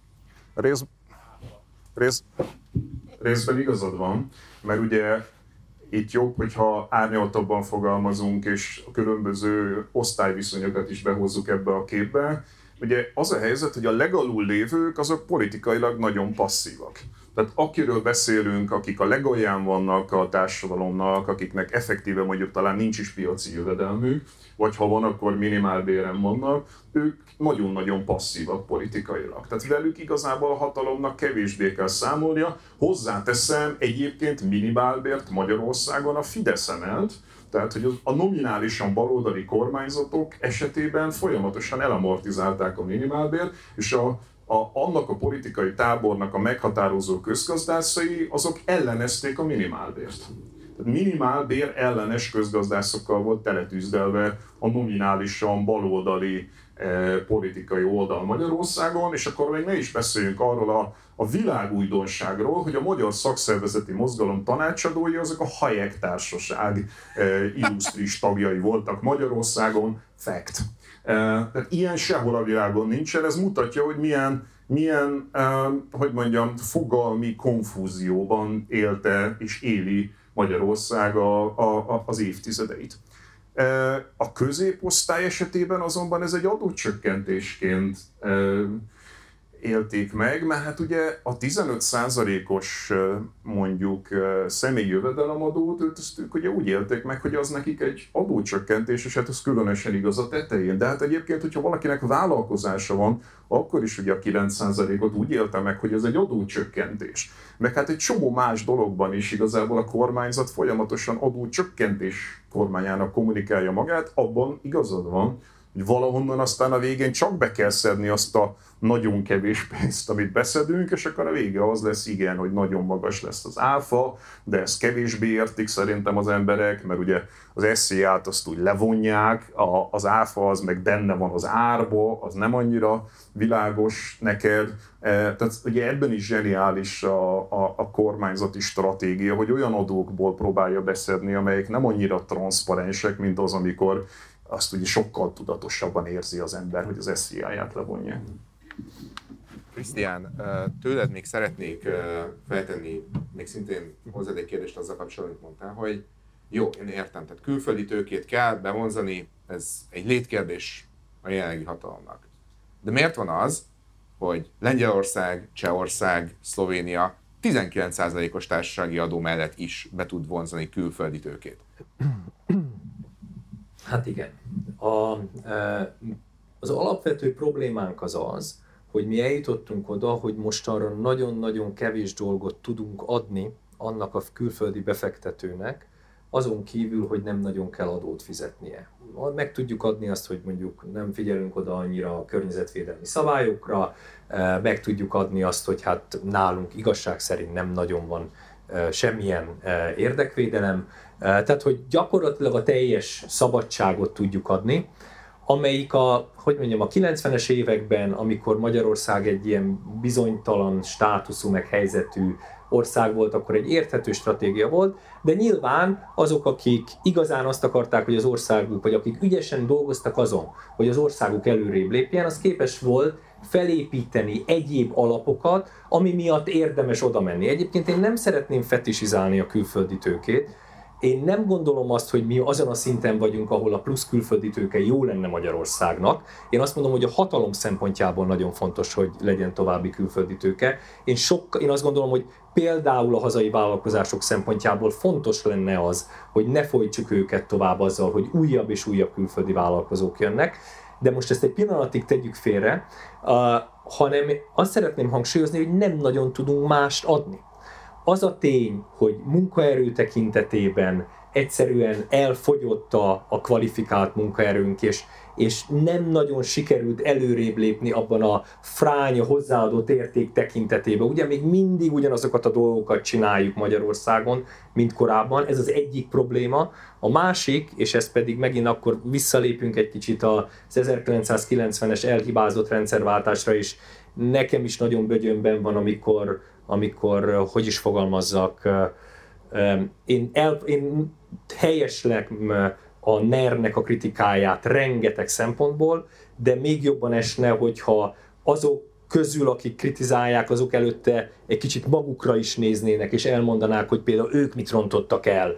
Részben igazad van, mert ugye itt jobb, hogyha árnyaltabban fogalmazunk, és a különböző osztályviszonyokat is behozzuk ebbe a képbe. Ugye az a helyzet, hogy a legalul lévők azok politikailag nagyon passzívak. Tehát akiről beszélünk, akik a legalján vannak a társadalomnak, akiknek effektíve mondjuk talán nincs is piaci jövedelmük, vagy ha van, akkor minimálbéren vannak, ők nagyon-nagyon passzívak politikailag. Tehát velük igazából a hatalomnak kevésbé kell számolnia. Hozzáteszem, egyébként minimálbért Magyarországon a Fidesz emelt, tehát hogy a nominálisan baloldali kormányzatok esetében folyamatosan elamortizálták a minimálbért, és annak a politikai tábornak a meghatározó közgazdászai, azok ellenezték a minimálbért. Tehát minimálbér ellenes közgazdászokkal volt teletűzdelve a nominálisan baloldali politikai oldal Magyarországon, és akkor még ne is beszéljünk arról a világújdonságról, hogy a magyar szakszervezeti mozgalom tanácsadói azok a Hayek társaság illusztris tagjai voltak Magyarországon, fact. Tehát ilyen sehol a világon nincsen, ez mutatja, hogy milyen hogy mondjam, fogalmi konfúzióban élte és éli Magyarország az évtizedeit. A középosztály esetében azonban ez egy adócsökkentésként élték meg, mert hát ugye a 15%-os mondjuk személyi jövedelemadót, ők ugye úgy élték meg, hogy az nekik egy adócsökkentés, és hát ez különösen igaz a tetején. De hát egyébként, hogyha valakinek vállalkozása van, akkor is ugye a 9%-ot úgy élte meg, hogy ez egy adócsökkentés. Meg hát egy csomó más dologban is igazából a kormányzat folyamatosan adócsökkentés kormányának kommunikálja magát, abban igazad van, hogy valahonnan aztán a végén csak be kell szedni azt a nagyon kevés pénzt, amit beszedünk, és akkor a vége az lesz, igen, hogy nagyon magas lesz az áfa, de ezt kevésbé értik szerintem az emberek, mert ugye az SZIA-t azt úgy levonják, az áfa az meg benne van az árba, az nem annyira világos neked. Tehát ugye ebben is zseniális a kormányzati stratégia, hogy olyan adókból próbálja beszedni, amelyek nem annyira transzparensek, mint az, amikor azt ugye sokkal tudatosabban érzi az ember, hogy az SZIA-ját levonja. Krisztián, tőled még szeretnék feltenni még szintén hozzád egy kérdést azzal kapcsolatban, amit mondtál, hogy jó, én értem, tehát külföldi tőkét kell bevonzani, ez egy létkérdés a jelenlegi hatalomnak. De miért van az, hogy Lengyelország, Csehország, Szlovénia 19%-os társasági adó mellett is be tud vonzani külföldi tőkét? Hát igen. Az alapvető problémánk az, hogy mi eljutottunk oda, hogy mostanra nagyon-nagyon kevés dolgot tudunk adni annak a külföldi befektetőnek, azon kívül, hogy nem nagyon kell adót fizetnie. Meg tudjuk adni azt, hogy mondjuk nem figyelünk oda annyira a környezetvédelmi szabályokra, meg tudjuk adni azt, hogy hát nálunk igazság szerint nem nagyon van semmilyen érdekvédelem, tehát hogy gyakorlatilag a teljes szabadságot tudjuk adni, amelyik a 90-es években, amikor Magyarország egy ilyen bizonytalan státuszú meg helyzetű ország volt, akkor egy érthető stratégia volt, de nyilván azok, akik igazán azt akarták, hogy az országuk, vagy akik ügyesen dolgoztak azon, hogy az országuk előrébb lépjen, az képes volt felépíteni egyéb alapokat, ami miatt érdemes oda menni. Egyébként én nem szeretném fetisizálni a külföldi tőkét. Én nem gondolom azt, hogy mi azon a szinten vagyunk, ahol a plusz külföldi tőke jó lenne Magyarországnak. Én azt mondom, hogy a hatalom szempontjából nagyon fontos, hogy legyen további külföldi tőke. Én azt gondolom, hogy például a hazai vállalkozások szempontjából fontos lenne az, hogy ne folytsuk őket tovább azzal, hogy újabb és újabb külföldi vállalkozók jönnek. De most ezt egy pillanatig tegyük félre, hanem azt szeretném hangsúlyozni, hogy nem nagyon tudunk mást adni. Az a tény, hogy munkaerő tekintetében egyszerűen elfogyott a kvalifikált munkaerőnk, és nem nagyon sikerült előrébb lépni abban a fránya hozzáadott érték tekintetében. Ugye még mindig ugyanazokat a dolgokat csináljuk Magyarországon, mint korábban, ez az egyik probléma. A másik, és ez pedig megint akkor visszalépünk egy kicsit az 1990-es elhibázott rendszerváltásra is, nekem is nagyon bögyönben van, amikor hogy is fogalmazzak, én helyeslek a NER-nek a kritikáját rengeteg szempontból, de még jobban esne, hogyha azok közül, akik kritizálják, azok előtte egy kicsit magukra is néznének, és elmondanák, hogy például ők mit rontottak el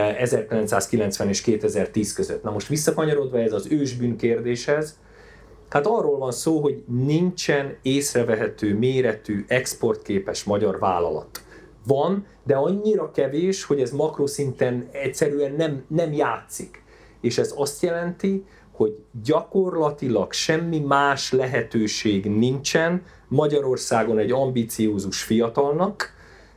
1990 és 2010 között. Na most visszakanyarodva ez az ősbűn kérdéshez, hát arról van szó, hogy nincsen észrevehető méretű, exportképes magyar vállalat. Van, de annyira kevés, hogy ez makroszinten egyszerűen nem játszik. És ez azt jelenti, hogy gyakorlatilag semmi más lehetőség nincsen Magyarországon egy ambiciózus fiatalnak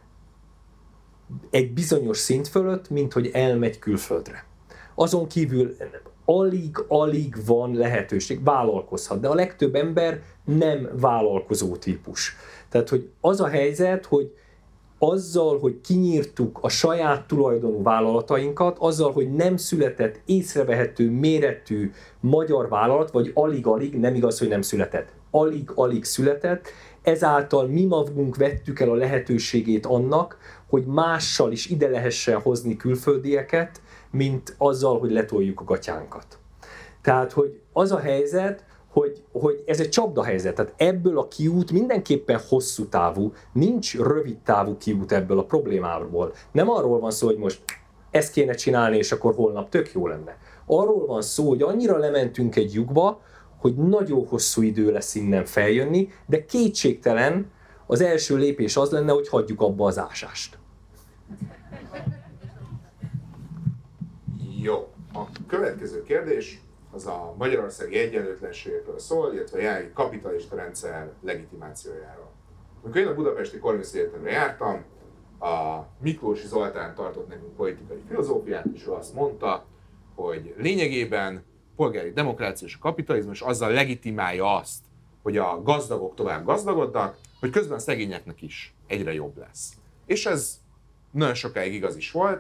egy bizonyos szint fölött, mint hogy elmegy külföldre. Azon kívül alig van lehetőség, vállalkozhat, de a legtöbb ember nem vállalkozó típus. Tehát, hogy az a helyzet, hogy azzal, hogy kinyírtuk a saját tulajdonú vállalatainkat, azzal, hogy nem született észrevehető méretű magyar vállalat, vagy alig-alig, nem igaz, hogy nem született, alig-alig született, ezáltal mi magunk vettük el a lehetőségét annak, hogy mással is ide lehessen hozni külföldieket, mint azzal, hogy letoljuk a gatyánkat. Tehát, hogy az a helyzet, hogy ez egy csapdahelyzet, tehát ebből a kiút mindenképpen hosszú távú, nincs rövid távú kiút ebből a problémából. Nem arról van szó, hogy most ezt kéne csinálni, és akkor holnap tök jó lenne, Arról van szó, hogy annyira lementünk egy lyukba, hogy nagyon hosszú idő lesz innen feljönni, de kétségtelen az első lépés az lenne, hogy hagyjuk abba az ásást. Jó. A következő kérdés az a magyarországi egyenlőtlenségekről szól, illetve a jelenlegi kapitalista rendszer legitimációjáról. Amikor én a Budapesti Corvinus Egyetemre jártam, a Miklósi Zoltán tartott nekünk politikai filozófiát, és ő azt mondta, hogy lényegében polgári demokrácia és a kapitalizmus azzal legitimálja azt, hogy a gazdagok tovább gazdagodnak, hogy közben a szegényeknek is egyre jobb lesz. És ez nagyon sokáig igaz is volt.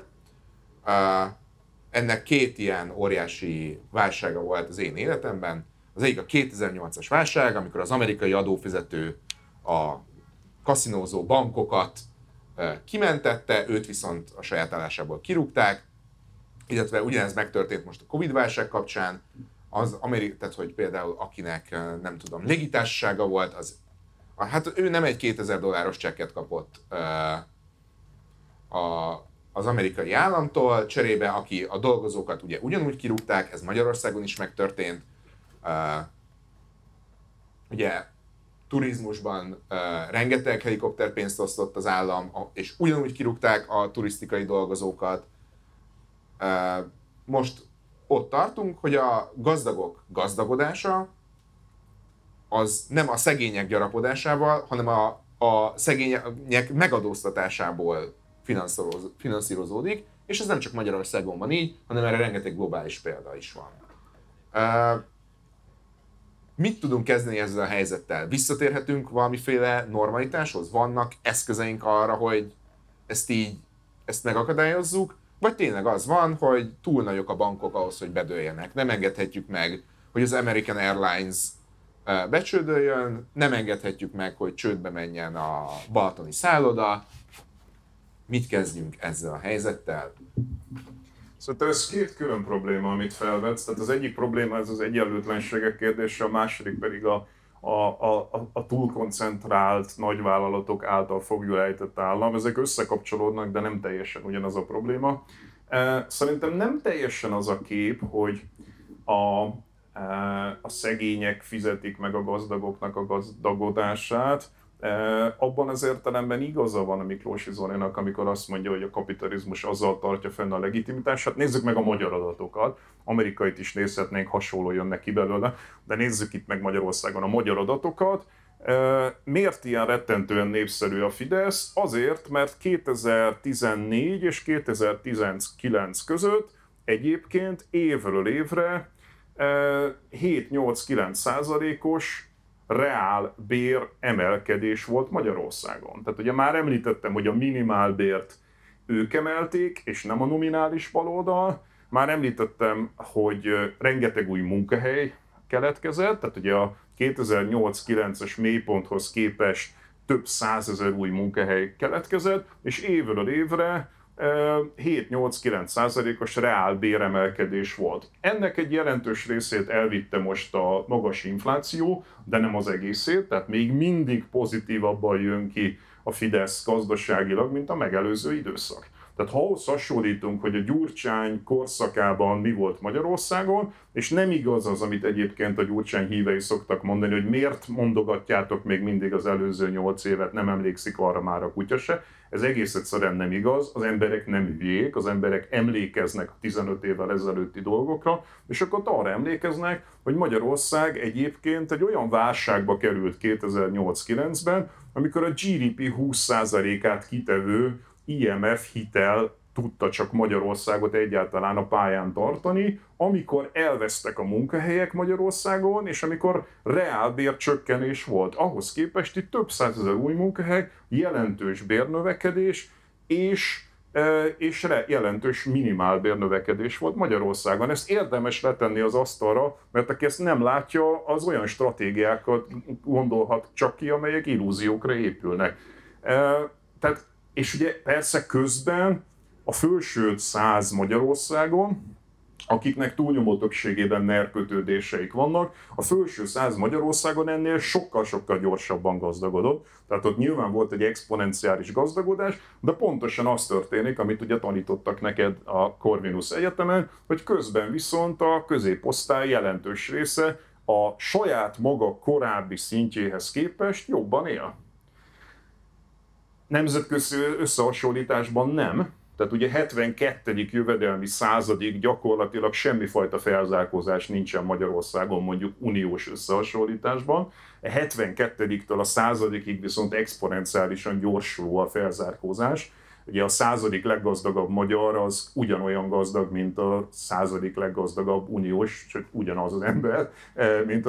Ennek két ilyen óriási válsága volt az én életemben. Az egyik a 2008-as válság, amikor az amerikai adófizető a kaszinózó bankokat kimentette, őt viszont a saját állásából kirúgták, illetve ugyanez megtörtént most a Covid-válság kapcsán, tehát hogy például akinek nem tudom, légitársasága volt, hát ő nem egy $2000 csekket kapott az amerikai államtól, cserébe aki a dolgozókat ugye ugyanúgy kirúgták, ez Magyarországon is megtörtént. Ugye turizmusban rengeteg helikopterpénzt osztott az állam, és ugyanúgy kirúgták a turisztikai dolgozókat. Most ott tartunk, hogy a gazdagok gazdagodása az nem a szegények gyarapodásával, hanem a szegények megadóztatásából finanszírozódik, és ez nem csak Magyarországon van így, hanem erre rengeteg globális példa is van. Mit tudunk kezdeni ezzel a helyzettel? Visszatérhetünk valamiféle normalitáshoz? Vannak eszközeink arra, hogy ezt megakadályozzuk? Vagy tényleg az van, hogy túl nagyok a bankok ahhoz, hogy bedőljenek? Nem engedhetjük meg, hogy az American Airlines becsődöljön, nem engedhetjük meg, hogy csődbe menjen a balatoni szálloda. Mit kezdjünk ezzel a helyzettel? Szóval ez két külön probléma, amit felvetsz. Tehát az egyik probléma ez az egyenlőtlenségek kérdése, a második pedig a túlkoncentrált nagyvállalatok által foglyulejtett állam. Ezek összekapcsolódnak, de nem teljesen ugyanaz a probléma. Szerintem nem teljesen az a kép, hogy a szegények fizetik meg a gazdagoknak a gazdagodását. Abban az értelemben igaza van a Miklósi Zolinak, amikor azt mondja, hogy a kapitalizmus azzal tartja fenn a legitimitását. Nézzük meg a magyar adatokat. Amerikait is nézhetnénk, hasonló jönnek ki belőle, de nézzük itt meg Magyarországon a magyar adatokat. Miért ilyen rettentően népszerű a Fidesz? Azért, mert 2014 és 2019 között egyébként évről évre 7-8-9%-os reál bér emelkedés volt Magyarországon. Tehát ugye már említettem, hogy a minimálbért ők emelték, és nem a nominális baloldal. Már említettem, hogy rengeteg új munkahely keletkezett, tehát ugye a 2008-9-es mélyponthoz képest több százezer új munkahely keletkezett, és évről évre 7-8-9%-os reál béremelkedés volt. Ennek egy jelentős részét elvitte most a magas infláció, de nem az egészét, tehát még mindig pozitívabban jön ki a Fidesz gazdaságilag, mint a megelőző időszak. Tehát ha ahhoz hasonlítunk, hogy a Gyurcsány korszakában mi volt Magyarországon, és nem igaz az, amit egyébként a Gyurcsány hívei szoktak mondani, hogy miért mondogatjátok még mindig az előző 8 évet, nem emlékszik arra már a kutya se. Ez egész egyszerűen nem igaz, az emberek nem hülyék, az emberek emlékeznek a 15 évvel ezelőtti dolgokra, és akkor arra emlékeznek, hogy Magyarország egyébként egy olyan válságba került 2008-9-ben, amikor a GDP 20%-át kitevő IMF hitel tudta csak Magyarországot egyáltalán a pályán tartani, amikor elvesztek a munkahelyek Magyarországon, és amikor reálbércsökkenés volt. Ahhoz képest itt több százezer új munkahely, jelentős bérnövekedés és jelentős minimálbérnövekedés volt Magyarországon. Ezt érdemes letenni az asztalra, mert aki ezt nem látja, az olyan stratégiákat gondolhat csak ki, amelyek illúziókra épülnek. És ugye persze közben a fölső 100 Magyarországon akiknek túlnyomó többségében NER kötődéseik vannak. A felső 100 Magyarországon ennél sokkal-sokkal gyorsabban gazdagodott. Tehát ott nyilván volt egy exponenciális gazdagodás, de pontosan az történik, amit ugye tanítottak neked a Corvinus Egyetemen, hogy közben viszont a középosztály jelentős része a saját maga korábbi szintjéhez képest jobban él. Nemzetközi összehasonlításban nem. Tehát ugye 72. jövedelmi századig gyakorlatilag semmifajta felzárkózás nincsen Magyarországon mondjuk uniós összehasonlításban. A 72-től a századigig viszont exponenciálisan gyorsul a felzárkózás. Ugye a 100. leggazdagabb magyar az ugyanolyan gazdag, mint a 100. leggazdagabb uniós, csak ugyanaz az ember, mint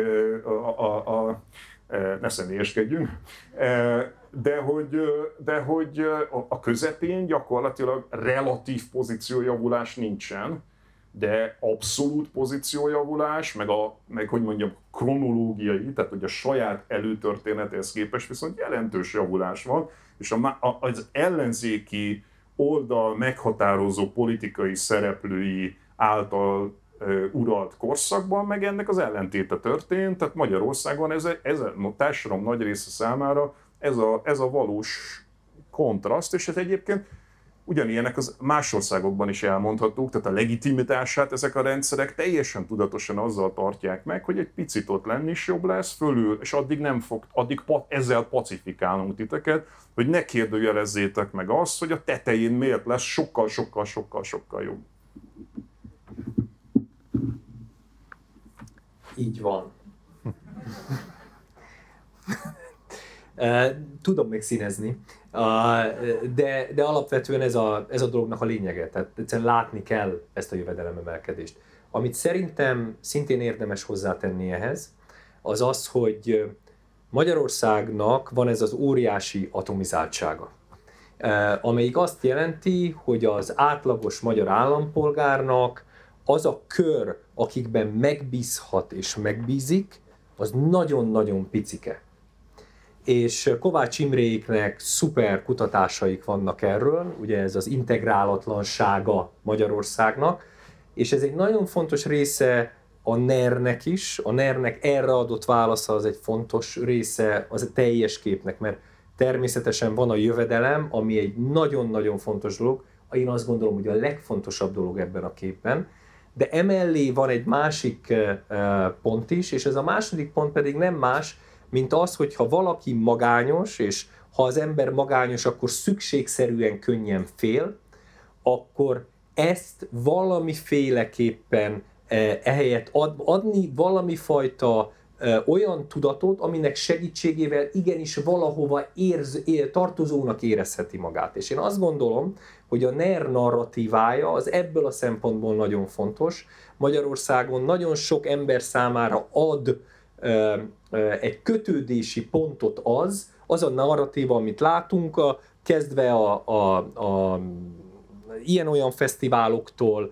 ne személyeskedjünk. De hogy a közepén gyakorlatilag relatív pozíciójavulás nincsen, de abszolút pozíciójavulás, meg hogy mondjam, kronológiai, tehát hogy a saját előtörténetéhez képest viszont jelentős javulás van, és az ellenzéki oldal meghatározó politikai szereplői által uralt korszakban, meg ennek az ellentéte történt, tehát Magyarországon ez a társadalom nagy része számára ez a valós kontraszt, és ez egyébként ugyanilyenek az más országokban is elmondhatók, tehát a legitimitását ezek a rendszerek teljesen tudatosan azzal tartják meg, hogy egy picit ott lenni is jobb lesz fölül, és addig ezzel pacifikálunk titeket, hogy ne kérdőjelezzétek meg azt, hogy a tetején miért lesz sokkal jobb. Így van. Tudom még színezni, de alapvetően ez a dolognak a lényege, tehát egyszerűen látni kell ezt a jövedelememelkedést. Amit szerintem szintén érdemes hozzátenni ehhez, az az, hogy Magyarországnak van ez az óriási atomizáltsága, amelyik azt jelenti, hogy az átlagos magyar állampolgárnak az a kör, akikben megbízhat és megbízik, az nagyon-nagyon picike. És Kovács Imréknek szuper kutatásaik vannak erről, ugye ez az integrálatlansága Magyarországnak, és ez egy nagyon fontos része a NER-nek is, a NER-nek erre adott válasza az egy fontos része az a teljes képnek, mert természetesen van a jövedelem, ami egy nagyon-nagyon fontos dolog, én azt gondolom, hogy a legfontosabb dolog ebben a képben, de emellé van egy másik pont is, és ez a második pont pedig nem más, mint az, hogy ha valaki magányos, és ha az ember magányos, akkor szükségszerűen könnyen fél, akkor ezt valamiféleképpen ehelyett adni valamifajta olyan tudatot, aminek segítségével igenis valahova tartozónak érezheti magát. És én azt gondolom, hogy a NER narratívája az ebből a szempontból nagyon fontos. Magyarországon nagyon sok ember számára ad egy kötődési pontot az a narratíva, amit látunk, kezdve a ilyen-olyan fesztiváloktól,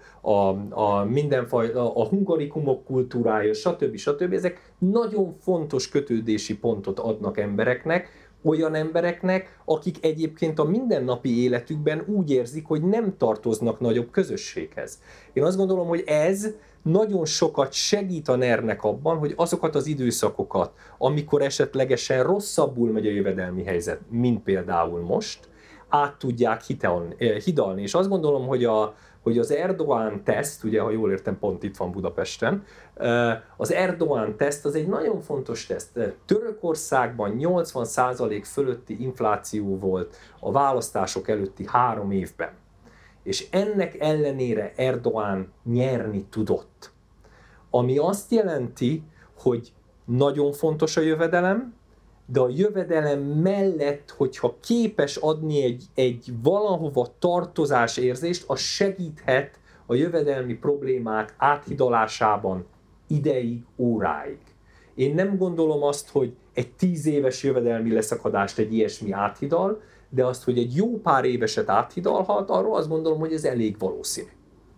a hungarikumok kultúrája, stb. Ezek nagyon fontos kötődési pontot adnak embereknek, olyan embereknek, akik egyébként a mindennapi életükben úgy érzik, hogy nem tartoznak nagyobb közösséghez. Én azt gondolom, hogy ez nagyon sokat segít a NER-nek abban, hogy azokat az időszakokat, amikor esetlegesen rosszabbul megy a jövedelmi helyzet, mint például most, át tudják hidalni. És azt gondolom, hogy az Erdoğan teszt, ugye, ha jól értem, pont itt van Budapesten, az Erdoğan teszt az egy nagyon fontos teszt. Törökországban 80% fölötti infláció volt a választások előtti 3 évben. És ennek ellenére Erdoğan nyerni tudott. Ami azt jelenti, hogy nagyon fontos a jövedelem, de a jövedelem mellett, hogyha képes adni egy valahova tartozás érzést, az segíthet a jövedelmi problémák áthidalásában ideig, óráig. Én nem gondolom azt, hogy egy 10 éves jövedelmi leszakadást egy ilyesmi áthidal, de azt, hogy egy jó pár éveset áthidalhat, arról azt gondolom, hogy ez elég valószínű.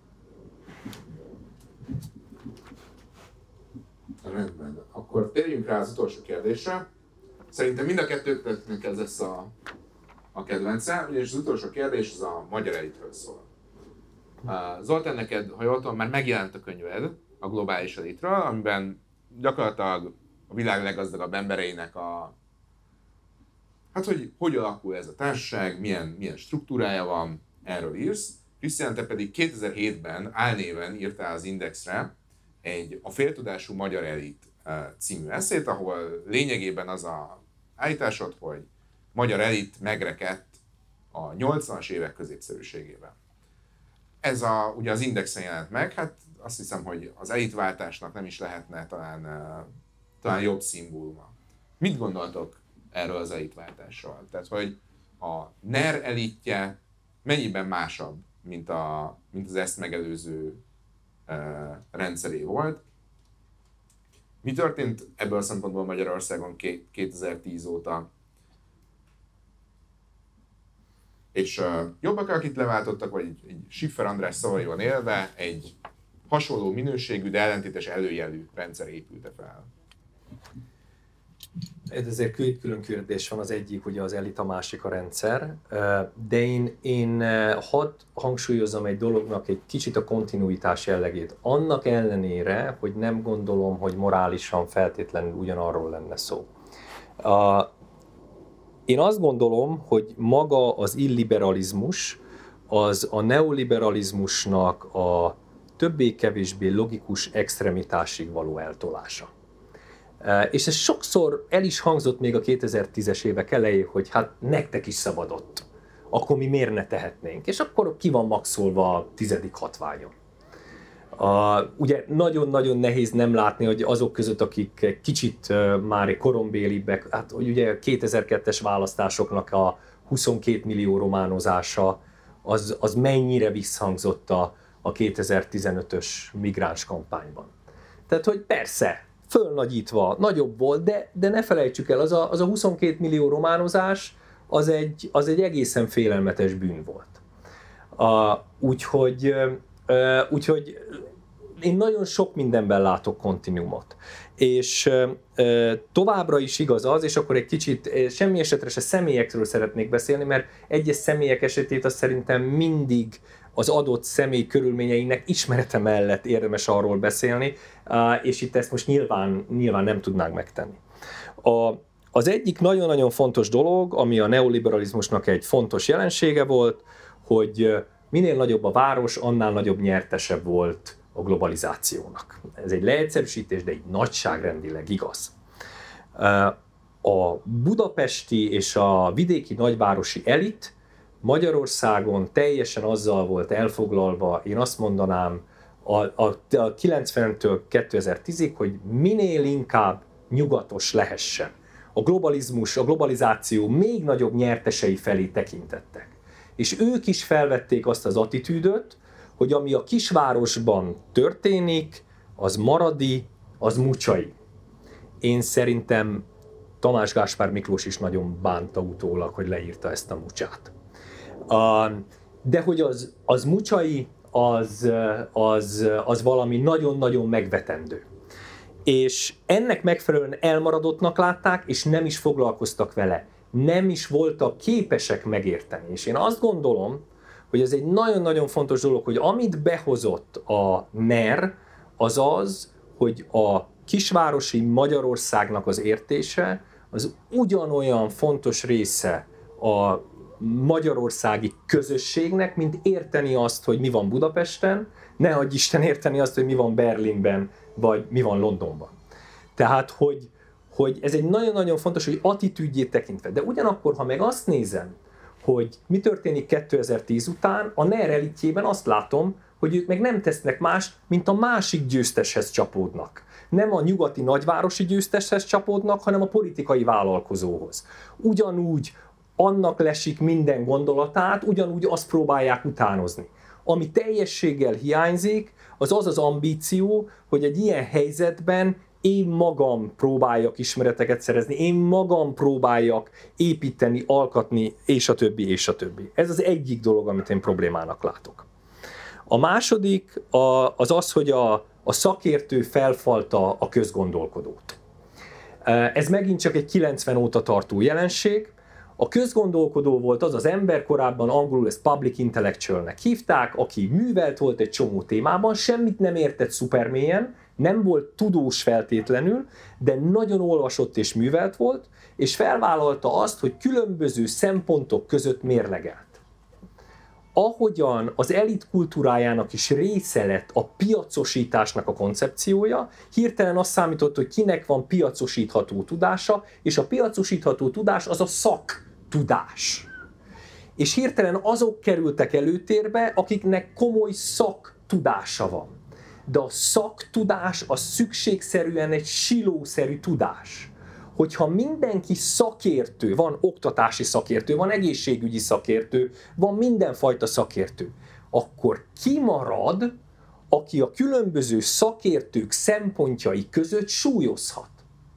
Rendben. Akkor térjünk rá az utolsó kérdésre. Szerintem mind a kettőknek ez lesz a kedvence, és az utolsó kérdés az a magyar elitről szól. Zoltán, neked, ha jól tudom, már megjelent a könyved a globális elitről, amiben gyakorlatilag a világ leggazdagabb embereinek hát, hogy alakul ez a társaság, milyen struktúrája van, erről írsz. Krisztián, te pedig 2007-ben álnéven írtál az Indexre a Féltudású magyar elit című eszét, ahol lényegében az a állításod, hogy magyar elit megrekedt a 80-as évek középszerűségében. Ez ugye az Indexen jelent meg, hát azt hiszem, hogy az elitváltásnak nem is lehetne talán jobb szimbóluma. Mit gondoltok erről az elitváltásról? Tehát, hogy a NER elitje mennyiben másabb, mint az ezt megelőző rendszeré volt? Mi történt ebből a szempontból Magyarországon 2010 óta? És jobbak, akit leváltottak, vagy egy Schiffer András szavaival élve egy hasonló minőségű, de ellentétes előjelű rendszer épülte fel? Ez azért külön kérdés van, az egyik ugye az elit, a másik a rendszer, de én hadd hangsúlyozom egy dolognak egy kicsit a kontinuitás jellegét. Annak ellenére, hogy nem gondolom, hogy morálisan feltétlenül ugyanarról lenne szó. Én azt gondolom, hogy maga az illiberalizmus, az a neoliberalizmusnak a többé-kevésbé logikus extremitásig való eltolása. És ez sokszor el is hangzott még a 2010-es évek elején, hogy hát nektek is szabadott, akkor mi miért ne tehetnénk, és akkor ki van maxolva a 10. hatványon. Ugye nagyon-nagyon nehéz nem látni, hogy azok között, akik kicsit már korombélibbek, hát ugye a 2002-es választásoknak a 22 millió románozása, az mennyire visszhangzott a 2015-ös migráns kampányban. Tehát, hogy persze, fölnagyítva, nagyobb volt, de ne felejtsük el, az a 22 millió románozás, az egy egészen félelmetes bűn volt. Úgyhogy én nagyon sok mindenben látok kontinuumot. És továbbra is igaz az, és akkor egy kicsit semmi esetre se személyekről szeretnék beszélni, mert egyes személyek esetét azt szerintem mindig az adott személy körülményeinek ismerete mellett érdemes arról beszélni, és itt ezt most nyilván nem tudnánk megtenni. Az egyik nagyon-nagyon fontos dolog, ami a neoliberalizmusnak egy fontos jelensége volt, hogy minél nagyobb a város, annál nagyobb nyertesebb volt a globalizációnak. Ez egy leegyszerűsítés, de egy nagyságrendileg igaz. A budapesti és a vidéki nagyvárosi elit Magyarországon teljesen azzal volt elfoglalva, én azt mondanám, a 90-től 2010-ig, hogy minél inkább nyugatos lehessen. A globalizáció még nagyobb nyertesei felé tekintettek. És ők is felvették azt az attitűdöt, hogy ami a kisvárosban történik, az maradi, az mucsai. Én szerintem Tamás Gáspár Miklós is nagyon bánta utólag, hogy leírta ezt a mucsát. De hogy az mucsai, az valami nagyon-nagyon megvetendő. És ennek megfelelően elmaradottnak látták, és nem is foglalkoztak vele. Nem is voltak képesek megérteni. És én azt gondolom, hogy ez egy nagyon-nagyon fontos dolog, hogy amit behozott a NER, az, hogy a kisvárosi Magyarországnak az értése, az ugyanolyan fontos része a magyarországi közösségnek, mint érteni azt, hogy mi van Budapesten, ne adj Isten érteni azt, hogy mi van Berlinben, vagy mi van Londonban. Tehát, hogy ez egy nagyon-nagyon fontos, hogy attitűdjét tekintve. De ugyanakkor, ha meg azt nézem, hogy mi történik 2010 után, a NER elitjében azt látom, hogy ők meg nem tesznek más, mint a másik győzteshez csapódnak. Nem a nyugati nagyvárosi győzteshez csapódnak, hanem a politikai vállalkozóhoz. Ugyanúgy annak lesik minden gondolatát, ugyanúgy azt próbálják utánozni. Ami teljességgel hiányzik, az ambíció, hogy egy ilyen helyzetben én magam próbáljak ismereteket szerezni, én magam próbáljak építeni, alkotni, és a többi, és a többi. Ez az egyik dolog, amit én problémának látok. A második az, hogy a szakértő felfalta a közgondolkodót. Ez megint csak egy 90 óta tartó jelenség. A közgondolkodó volt az az ember, korábban angolul ezt public intellectualnek hívták, aki művelt volt egy csomó témában, semmit nem értett szupermélyen, nem volt tudós feltétlenül, de nagyon olvasott és művelt volt, és felvállalta azt, hogy különböző szempontok között mérlegelt. Ahogyan az elit kultúrájának is része lett a piacosításnak a koncepciója, hirtelen azt számított, hogy kinek van piacosítható tudása, és a piacosítható tudás az a szaktudás. És hirtelen azok kerültek előtérbe, akiknek komoly szaktudása van. De a szaktudás az szükségszerűen egy silószerű tudás. Hogyha mindenki szakértő, van oktatási szakértő, van egészségügyi szakértő, van mindenfajta szakértő, akkor ki marad, aki a különböző szakértők szempontjai között súlyozhat?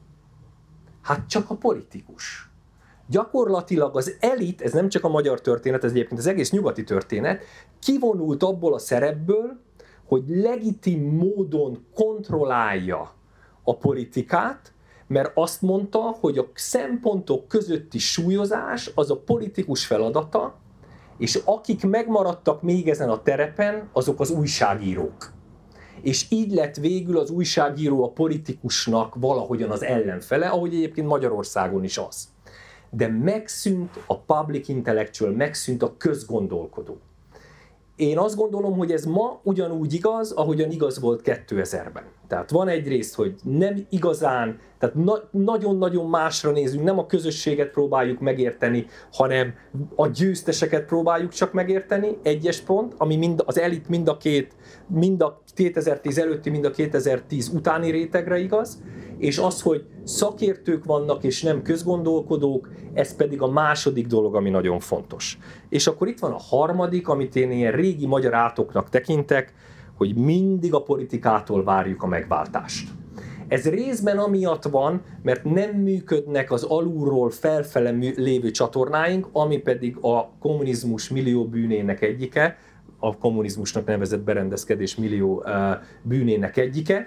Hát csak a politikus. Gyakorlatilag az elit, ez nem csak a magyar történet, ez egyébként az egész nyugati történet, kivonult abból a szerepből, hogy legitim módon kontrollálja a politikát, mert azt mondta, hogy a szempontok közötti súlyozás az a politikus feladata, és akik megmaradtak még ezen a terepen, azok az újságírók. És így lett végül az újságíró a politikusnak valahogyan az ellenfele, ahogy egyébként Magyarországon is az. De megszűnt a public intellectual, megszűnt a közgondolkodó. Én azt gondolom, hogy ez ma ugyanúgy igaz, ahogyan igaz volt 2000-ben. Tehát van egyrészt, hogy nem igazán, tehát nagyon-nagyon másra nézünk, nem a közösséget próbáljuk megérteni, hanem a győzteseket próbáljuk csak megérteni, egyes pont, ami az elit mind a 2010 előtti, mind a 2010 utáni rétegre igaz, és az, hogy szakértők vannak és nem közgondolkodók, ez pedig a második dolog, ami nagyon fontos. És akkor itt van a harmadik, amit én ilyen régi magyar átoknak tekintek, hogy mindig a politikától várjuk a megváltást. Ez részben amiatt van, mert nem működnek az alulról felfele lévő csatornáink, ami pedig a kommunizmus millió bűnének egyike, a kommunizmusnak nevezett berendezkedés millió bűnének egyike,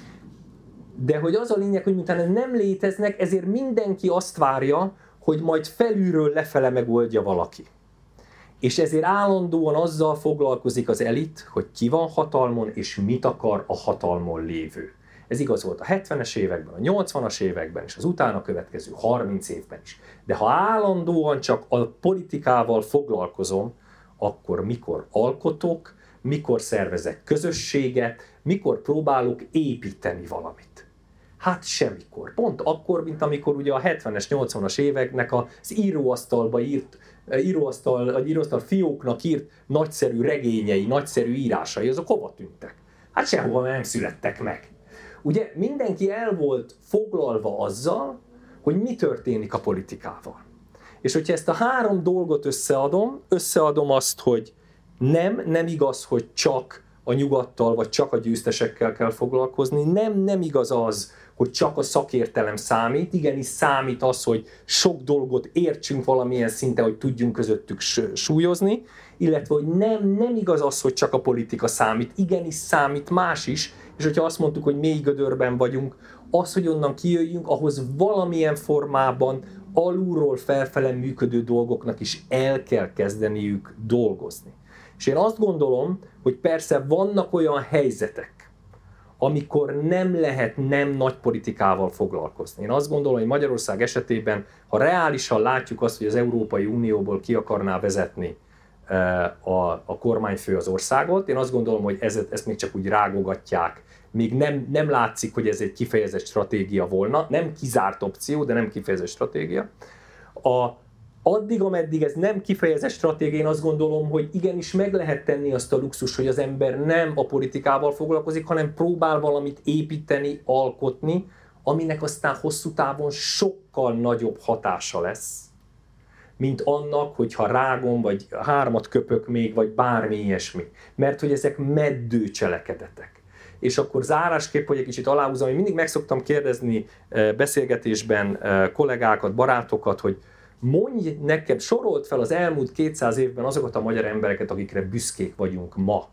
de hogy az a lényeg, hogy miután nem léteznek, ezért mindenki azt várja, hogy majd felülről lefele megoldja valaki. És ezért állandóan azzal foglalkozik az elit, hogy ki van hatalmon, és mit akar a hatalmon lévő. Ez igaz volt a 70-es években, a 80-as években, és az utána következő 30 évben is. De ha állandóan csak a politikával foglalkozom, akkor mikor alkotok, mikor szervezek közösséget, mikor próbálok építeni valamit. Hát semmikor. Pont akkor, mint amikor ugye a 70-es, 80-as éveknek az íróasztal fióknak írt nagyszerű regényei, nagyszerű írásai, azok hova tűntek? Hát sehova nem születtek meg. Ugye mindenki el volt foglalva azzal, hogy mi történik a politikával. És hogyha ezt a három dolgot összeadom azt, hogy nem igaz, hogy csak a nyugattal, vagy csak a győztesekkel kell foglalkozni, nem igaz az, hogy csak a szakértelem számít, igenis számít az, hogy sok dolgot értsünk valamilyen szinten, hogy tudjunk közöttük súlyozni, illetve hogy nem igaz az, hogy csak a politika számít, igenis számít más is, és hogyha azt mondtuk, hogy mély gödörben vagyunk, az, hogy onnan kijöjjünk, ahhoz valamilyen formában alulról felfele működő dolgoknak is el kell kezdeniük dolgozni. És én azt gondolom, hogy persze vannak olyan helyzetek, amikor nem lehet nem nagy politikával foglalkozni. Én azt gondolom, hogy Magyarország esetében, ha reálisan látjuk azt, hogy az Európai Unióból ki akarná vezetni a kormányfő az országot, én azt gondolom, hogy ezt még csak úgy rágogatják, még nem látszik, hogy ez egy kifejezett stratégia volna, nem kizárt opció, de nem kifejezett stratégia. Addig, ameddig ez nem kifejezett stratégia, én azt gondolom, hogy igenis meg lehet tenni azt a luxus, hogy az ember nem a politikával foglalkozik, hanem próbál valamit építeni, alkotni, aminek aztán hosszú távon sokkal nagyobb hatása lesz, mint annak, hogyha rágom, vagy hármat köpök még, vagy bármi ilyesmi. Mert hogy ezek meddő cselekedetek. És akkor zárásképp, hogy egy kicsit aláhúzom, hogy mindig meg szoktam kérdezni beszélgetésben kollégákat, barátokat, hogy mondj nekem, sorolt fel az elmúlt 200 évben azokat a magyar embereket, akikre büszkék vagyunk ma.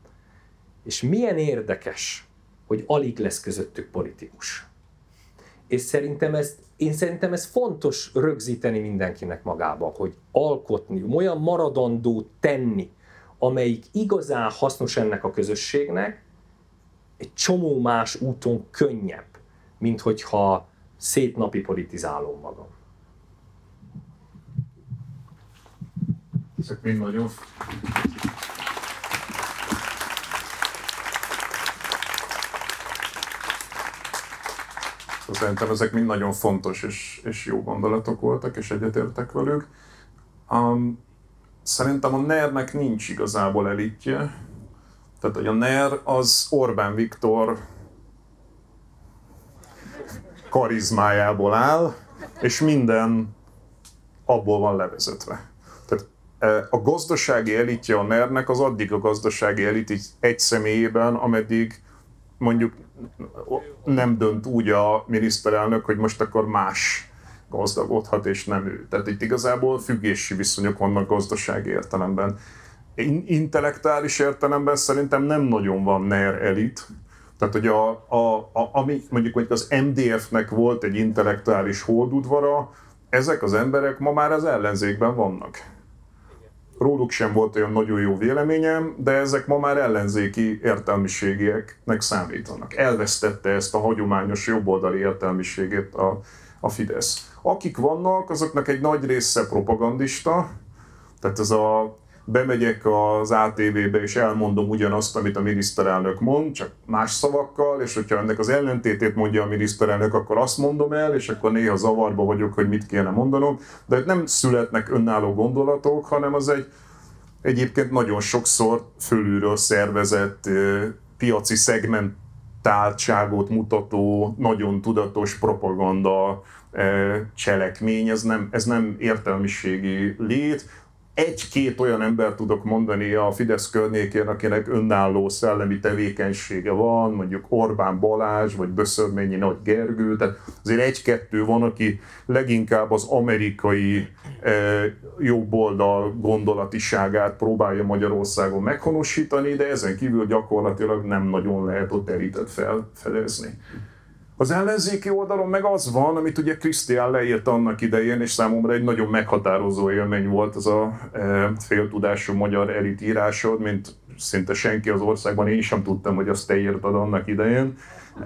És milyen érdekes, hogy alig lesz közöttük politikus. És szerintem ez fontos rögzíteni mindenkinek magába, hogy alkotni, olyan maradandót tenni, amelyik igazán hasznos ennek a közösségnek, egy csomó más úton könnyebb, mint hogyha szétnapi politizálom magam. Ezek mind nagyon... Szerintem ezek mind nagyon fontos és jó gondolatok voltak, és egyetértek velük. Szerintem a NER-nek nincs igazából elitje. Tehát, hogy a NER az Orbán Viktor karizmájából áll, és minden abból van levezetve. Tehát a gazdasági elitje a NER-nek az addig a gazdasági elit egy személyében, ameddig mondjuk nem dönt úgy a miniszterelnök, hogy most akkor más gazdagodhat, és nem ő. Tehát itt igazából függési viszonyok vannak gazdasági értelemben. Intellektuális értelemben szerintem nem nagyon van NER elit. Tehát, hogy ami mondjuk az MDF-nek volt egy intellektuális holdudvara, ezek az emberek ma már az ellenzékben vannak. Róluk sem volt olyan nagyon jó véleményem, de ezek ma már ellenzéki értelmiségieknek számítanak. Elvesztette ezt a hagyományos jobboldali értelmiségét a Fidesz. Akik vannak, azoknak egy nagy része propagandista, tehát ez bemegyek az ATV-be és elmondom ugyanazt, amit a miniszterelnök mond, csak más szavakkal, és hogyha ennek az ellentétét mondja a miniszterelnök, akkor azt mondom el, és akkor néha zavarba vagyok, hogy mit kéne mondanom. De nem születnek önálló gondolatok, hanem az egyébként nagyon sokszor fölülről szervezett, piaci szegmentáltságot mutató, nagyon tudatos propaganda cselekmény, ez nem értelmiségi lét. Egy-két olyan ember tudok mondani a Fidesz környékén, akinek önálló szellemi tevékenysége van, mondjuk Orbán Balázs, vagy Böszörményi Nagy Gergő, tehát azért egy-kettő van, aki leginkább az amerikai jobboldal gondolatiságát próbálja Magyarországon meghonosítani, de ezen kívül gyakorlatilag nem nagyon lehet ott elitet felfedezni. Az ellenzéki oldalon meg az van, amit ugye Krisztián leírt annak idején, és számomra egy nagyon meghatározó élmény volt az a féltudású magyar elit írásod, mint szinte senki az országban, én sem tudtam, hogy azt te írtad annak idején.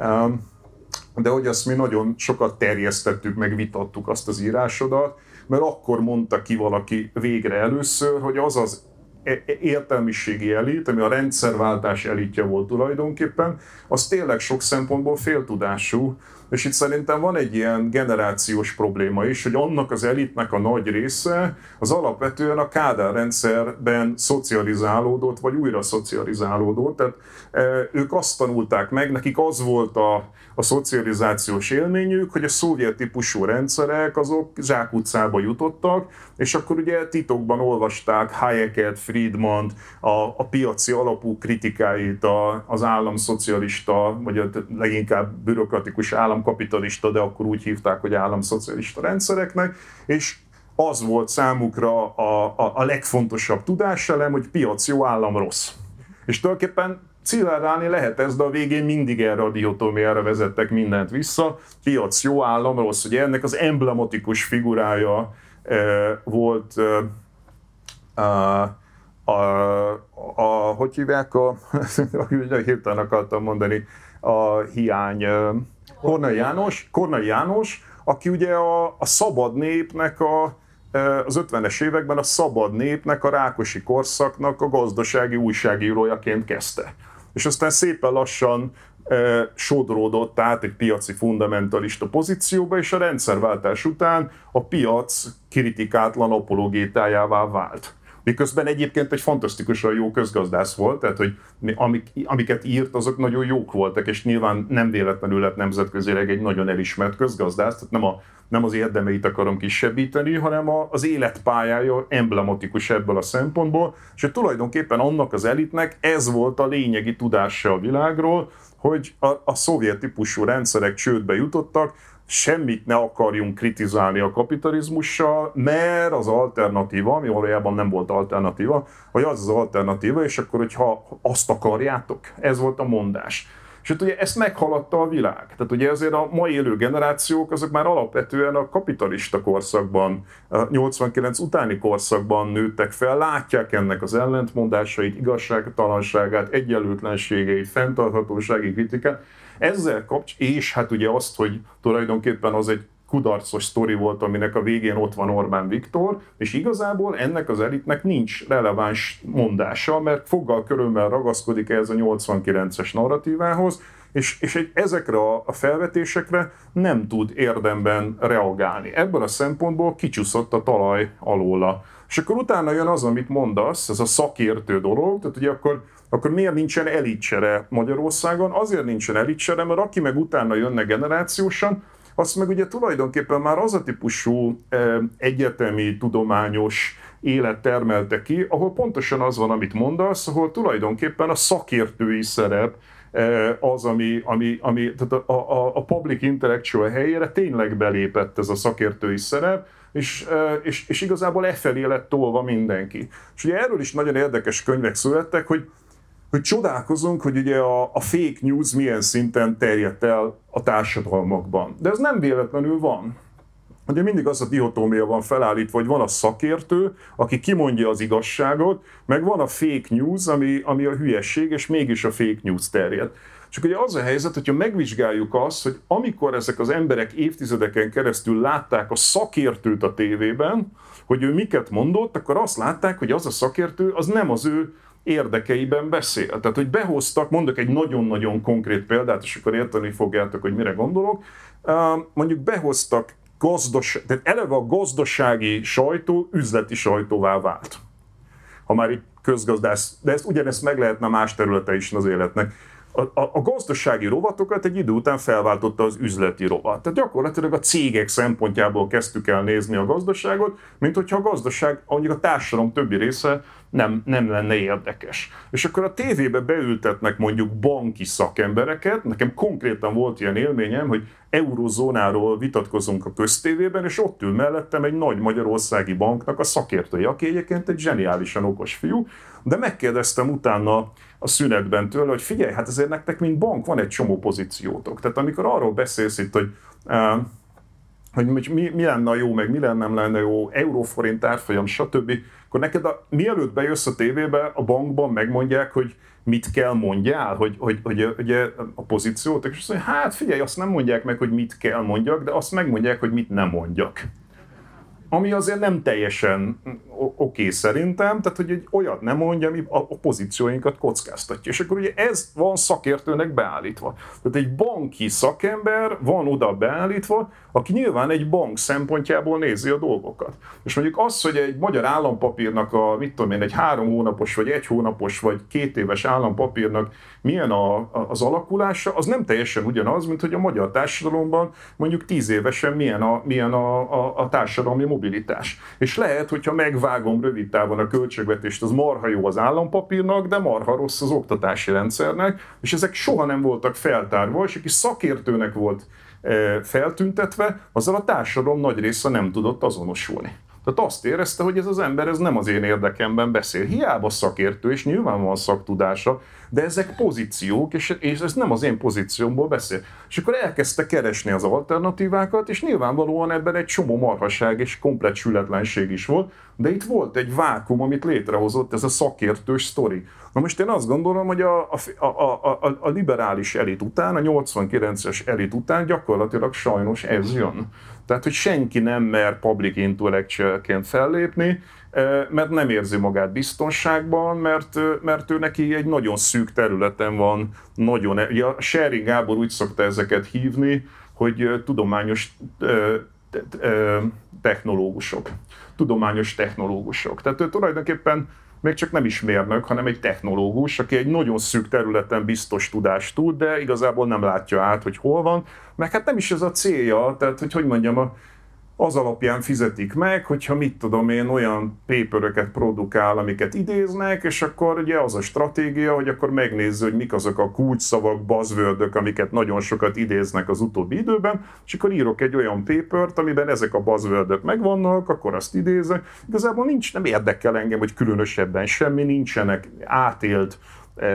De hogy azt mi nagyon sokat terjesztettük, meg vitattuk azt az írásodat, mert akkor mondta ki valaki végre először, hogy az az értelmiségi elit, ami a rendszerváltás elitje volt tulajdonképpen, az tényleg sok szempontból féltudású, és itt szerintem van egy ilyen generációs probléma is, hogy annak az elitnek a nagy része az alapvetően a Kádár rendszerben szocializálódott, vagy újra szocializálódott, tehát ők azt tanulták meg, nekik az volt a szocializációs élményük, hogy a szovjet típusú rendszerek azok zsákutcába jutottak, és akkor ugye titokban olvasták Hayeket, Friedmant, a piaci alapú kritikáit az államszocialista, vagy leginkább bürokratikus államkapitalista, de akkor úgy hívták, hogy államszocialista rendszereknek, és az volt számukra a legfontosabb tudáselem, hogy piac jó, állam rossz. És tulajdonképpen cillárálni lehet ez, de a végén mindig erre a dihotómiára vezettek mindent vissza. Piac jó, állam rossz. Ugye ennek az emblematikus figurája volt hogy hívják hirtelen akartam mondani, a hiány, Kornai János, aki ugye a Szabad Népnek az 50-es években a Szabad Népnek, a Rákosi korszaknak a gazdasági újságírójaként kezdte. És aztán szépen lassan sodródott át egy piaci fundamentalista pozícióba, és a rendszerváltás után a piac kritikátlan apologétájává vált. Miközben egyébként egy fantasztikusan jó közgazdász volt, tehát hogy amiket írt, azok nagyon jók voltak, és nyilván nem véletlenül lett nemzetközileg egy nagyon elismert közgazdász, tehát nem az érdemeit akarom kisebbíteni, hanem az életpályája emblematikus ebből a szempontból, és hogy tulajdonképpen annak az elitnek ez volt a lényegi tudása a világról, hogy a szovjet típusú rendszerek csődbe jutottak, semmit ne akarjunk kritizálni a kapitalizmussal, mert az alternatíva, ami valójában nem volt alternatíva, vagy az alternatíva, és akkor, hogyha azt akarjátok, ez volt a mondás. És hát ugye ezt meghaladta a világ. Tehát ugye ezért a mai élő generációk azok már alapvetően a kapitalista korszakban, a 89 utáni korszakban nőttek fel, látják ennek az ellentmondásait, igazságtalanságát, egyenlőtlenségeit, fenntarthatósági kritikát. Ezzel és hát ugye azt, hogy tulajdonképpen az egy kudarcos sztori volt, aminek a végén ott van Orbán Viktor, és igazából ennek az elitnek nincs releváns mondása, mert foggal körömmel ragaszkodik ehhez a 89-es narratívához, és ezekre a felvetésekre nem tud érdemben reagálni. Ebből a szempontból kicsúszott a talaj alóla. És akkor utána jön az, amit mondasz, ez a szakértő dolog, tehát ugye akkor miért nincsen elitcsere Magyarországon? Azért nincsen elitcsere, mert aki meg utána jönne generációsan, azt meg ugye tulajdonképpen már az a típusú egyetemi, tudományos élet termelte ki, ahol pontosan az van, amit mondasz, ahol tulajdonképpen a szakértői szerep az, ami tehát a public intellectual helyére tényleg belépett ez a szakértői szerep, és igazából felé lett tolva mindenki. És ugye erről is nagyon érdekes könyvek születtek, hogy csodálkozunk, hogy ugye a fake news milyen szinten terjedt el a társadalmakban. De ez nem véletlenül van. Ugye mindig az a dihotómia van felállítva, hogy van a szakértő, aki kimondja az igazságot, meg van a fake news, ami a hülyesség, és mégis a fake news terjed. Csak ugye az a helyzet, hogyha megvizsgáljuk azt, hogy amikor ezek az emberek évtizedeken keresztül látták a szakértőt a tévében, hogy ő miket mondott, akkor azt látták, hogy az a szakértő az nem az ő érdekeiben beszél. Tehát, hogy behoztak, mondok egy nagyon-nagyon konkrét példát, és akkor érteni fogjátok, hogy mire gondolok. Mondjuk behoztak tehát eleve a gazdasági sajtó üzleti sajtóvá vált. Ha már itt közgazdász, de ugyanezt meg lehetne más területe is az életnek. A gazdasági rovatokat egy idő után felváltotta az üzleti rovat. Tehát gyakorlatilag a cégek szempontjából kezdtük el nézni a gazdaságot, mint hogyha a gazdaság, mondjuk a társadalom többi része nem lenne érdekes. És akkor a tévébe beültetnek mondjuk banki szakembereket, nekem konkrétan volt ilyen élményem, hogy eurozónáról vitatkozunk a köztévében, és ott ül mellettem egy nagy magyarországi banknak a szakértője, aki egyébként egy zseniálisan okos fiú, de megkérdeztem utána a szünetben tőle, hogy figyelj, hát azért nektek, mint bank, van egy csomó pozíciótok. Tehát amikor arról beszélsz itt, hogy mi lenne jó, meg mi nem lenne jó, euróforint árfolyam, stb., akkor neked mielőtt bejössz a tévébe, a bankban megmondják, hogy mit kell mondjál, hogy a pozíciót, és azt mondja, hát figyelj, azt nem mondják meg, hogy mit kell mondjak, de azt megmondják, hogy mit nem mondjak. Ami azért nem teljesen oké szerintem, tehát hogy egy olyat nem mondja, ami a pozícióinkat kockáztatja. És akkor ugye ez van szakértőnek beállítva. Tehát egy banki szakember van oda beállítva, aki nyilván egy bank szempontjából nézi a dolgokat. És mondjuk az, hogy egy magyar állampapírnak egy 3 hónapos, vagy 1 hónapos, vagy 2 éves állampapírnak milyen az alakulása, az nem teljesen ugyanaz, mint hogy a magyar társadalomban mondjuk 10 évesen milyen a társadalmi mobilitás. És lehet, hogyha megvágom rövid távon a költségvetést, az marha jó az állampapírnak, de marha rossz az oktatási rendszernek, és ezek soha nem voltak feltárva, és aki szakértőnek volt feltüntetve, azzal a társadalom nagy része nem tudott azonosulni. Tehát azt érezte, hogy ez az ember ez nem az én érdekemben beszél. Hiába szakértő, és nyilván van szaktudása, de ezek pozíciók, és ez nem az én pozíciómból beszél. És akkor elkezdte keresni az alternatívákat, és nyilvánvalóan ebben egy csomó marhaság és komplett sületlenség is volt, de itt volt egy vákum, amit létrehozott ez a szakértős sztori. Na most én azt gondolom, hogy a liberális elit után, a 89-es elit után gyakorlatilag sajnos ez jön. Tehát, hogy senki nem mer public intellectualként fellépni, mert nem érzi magát biztonságban, mert ő neki egy nagyon szűk területen van, ugye a Schering Gábor úgy szokta ezeket hívni, hogy tudományos technológusok. Tudományos technológusok. Tehát ő tulajdonképpen még csak nem is mérnök, hanem egy technológus, aki egy nagyon szűk területen biztos tudást tud, de igazából nem látja át, hogy hol van. Meg hát nem is ez a célja, tehát hogy mondjam, az alapján fizetik meg, hogyha mit tudom én, olyan paperöket produkál, amiket idéznek, és akkor ugye az a stratégia, hogy akkor megnézze, hogy mik azok a kulcsszavak, buzzwordök, amiket nagyon sokat idéznek az utóbbi időben, és akkor írok egy olyan papert, amiben ezek a buzzwordök megvannak, akkor azt idézek. Igazából nem érdekel engem, hogy különösebben semmi, nincsenek átélt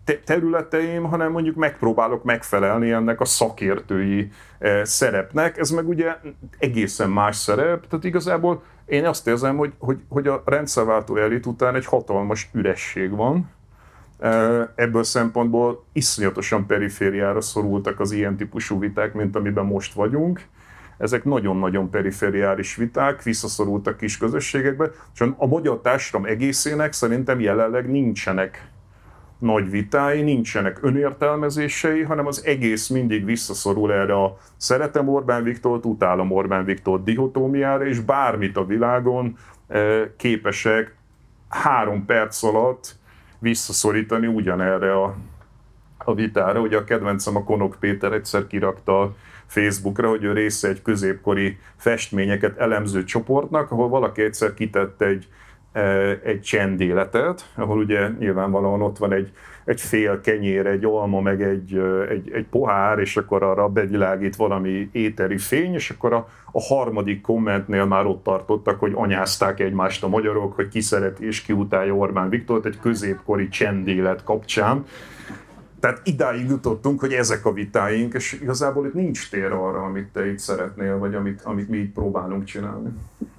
területeim, hanem mondjuk megpróbálok megfelelni ennek a szakértői szerepnek. Ez meg ugye egészen más szerep, tehát igazából én azt érzem, hogy a rendszerváltó elit után egy hatalmas üresség van. Ebből szempontból iszonyatosan perifériára szorultak az ilyen típusú viták, mint amiben most vagyunk. Ezek nagyon-nagyon perifériális viták, visszaszorultak kis közösségekbe, és a magyar társadalom egészének szerintem jelenleg nincsenek nagy vitái, nincsenek önértelmezései, hanem az egész mindig visszaszorul erre a szeretem Orbán Viktort, utálom Orbán Viktort dihotómiára, és bármit a világon képesek 3 perc alatt visszaszorítani ugyanerre a vitára. Ugye a kedvencem a Konok Péter egyszer kirakta a Facebookra, hogy ő része egy középkori festményeket elemző csoportnak, ahol valaki egyszer kitett egy csendéletet, ahol ugye nyilvánvalóan ott van egy fél kenyér, egy alma, meg egy pohár, és akkor arra bevilágít valami éteri fény, és akkor a harmadik kommentnél már ott tartottak, hogy anyázták egymást a magyarok, hogy ki szereti és ki utálja Orbán Viktort egy középkori csendélet kapcsán. Tehát idáig jutottunk, hogy ezek a vitáink, és igazából itt nincs tér arra, amit te itt szeretnél, vagy amit mi így próbálunk csinálni.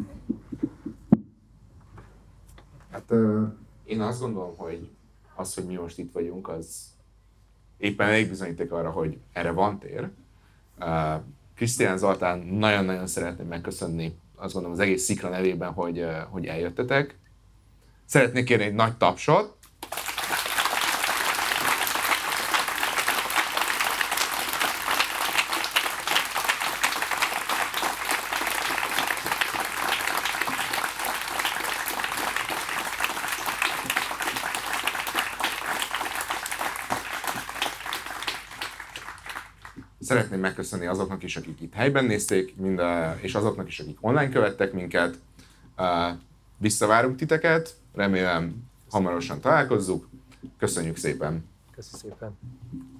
Hát én azt gondolom, hogy az, hogy mi most itt vagyunk, az éppen elég bizonyíték arra, hogy erre van tér. Krisztián Zoltán, nagyon-nagyon szeretném megköszönni, azt gondolom az egész Szikra nevében, hogy eljöttetek. Szeretnék kérni egy nagy tapsot. Szeretném megköszönni azoknak is, akik itt helyben nézték, és azoknak is, akik online követtek minket. Visszavárunk titeket, remélem hamarosan találkozzuk. Köszönjük szépen! Köszi szépen!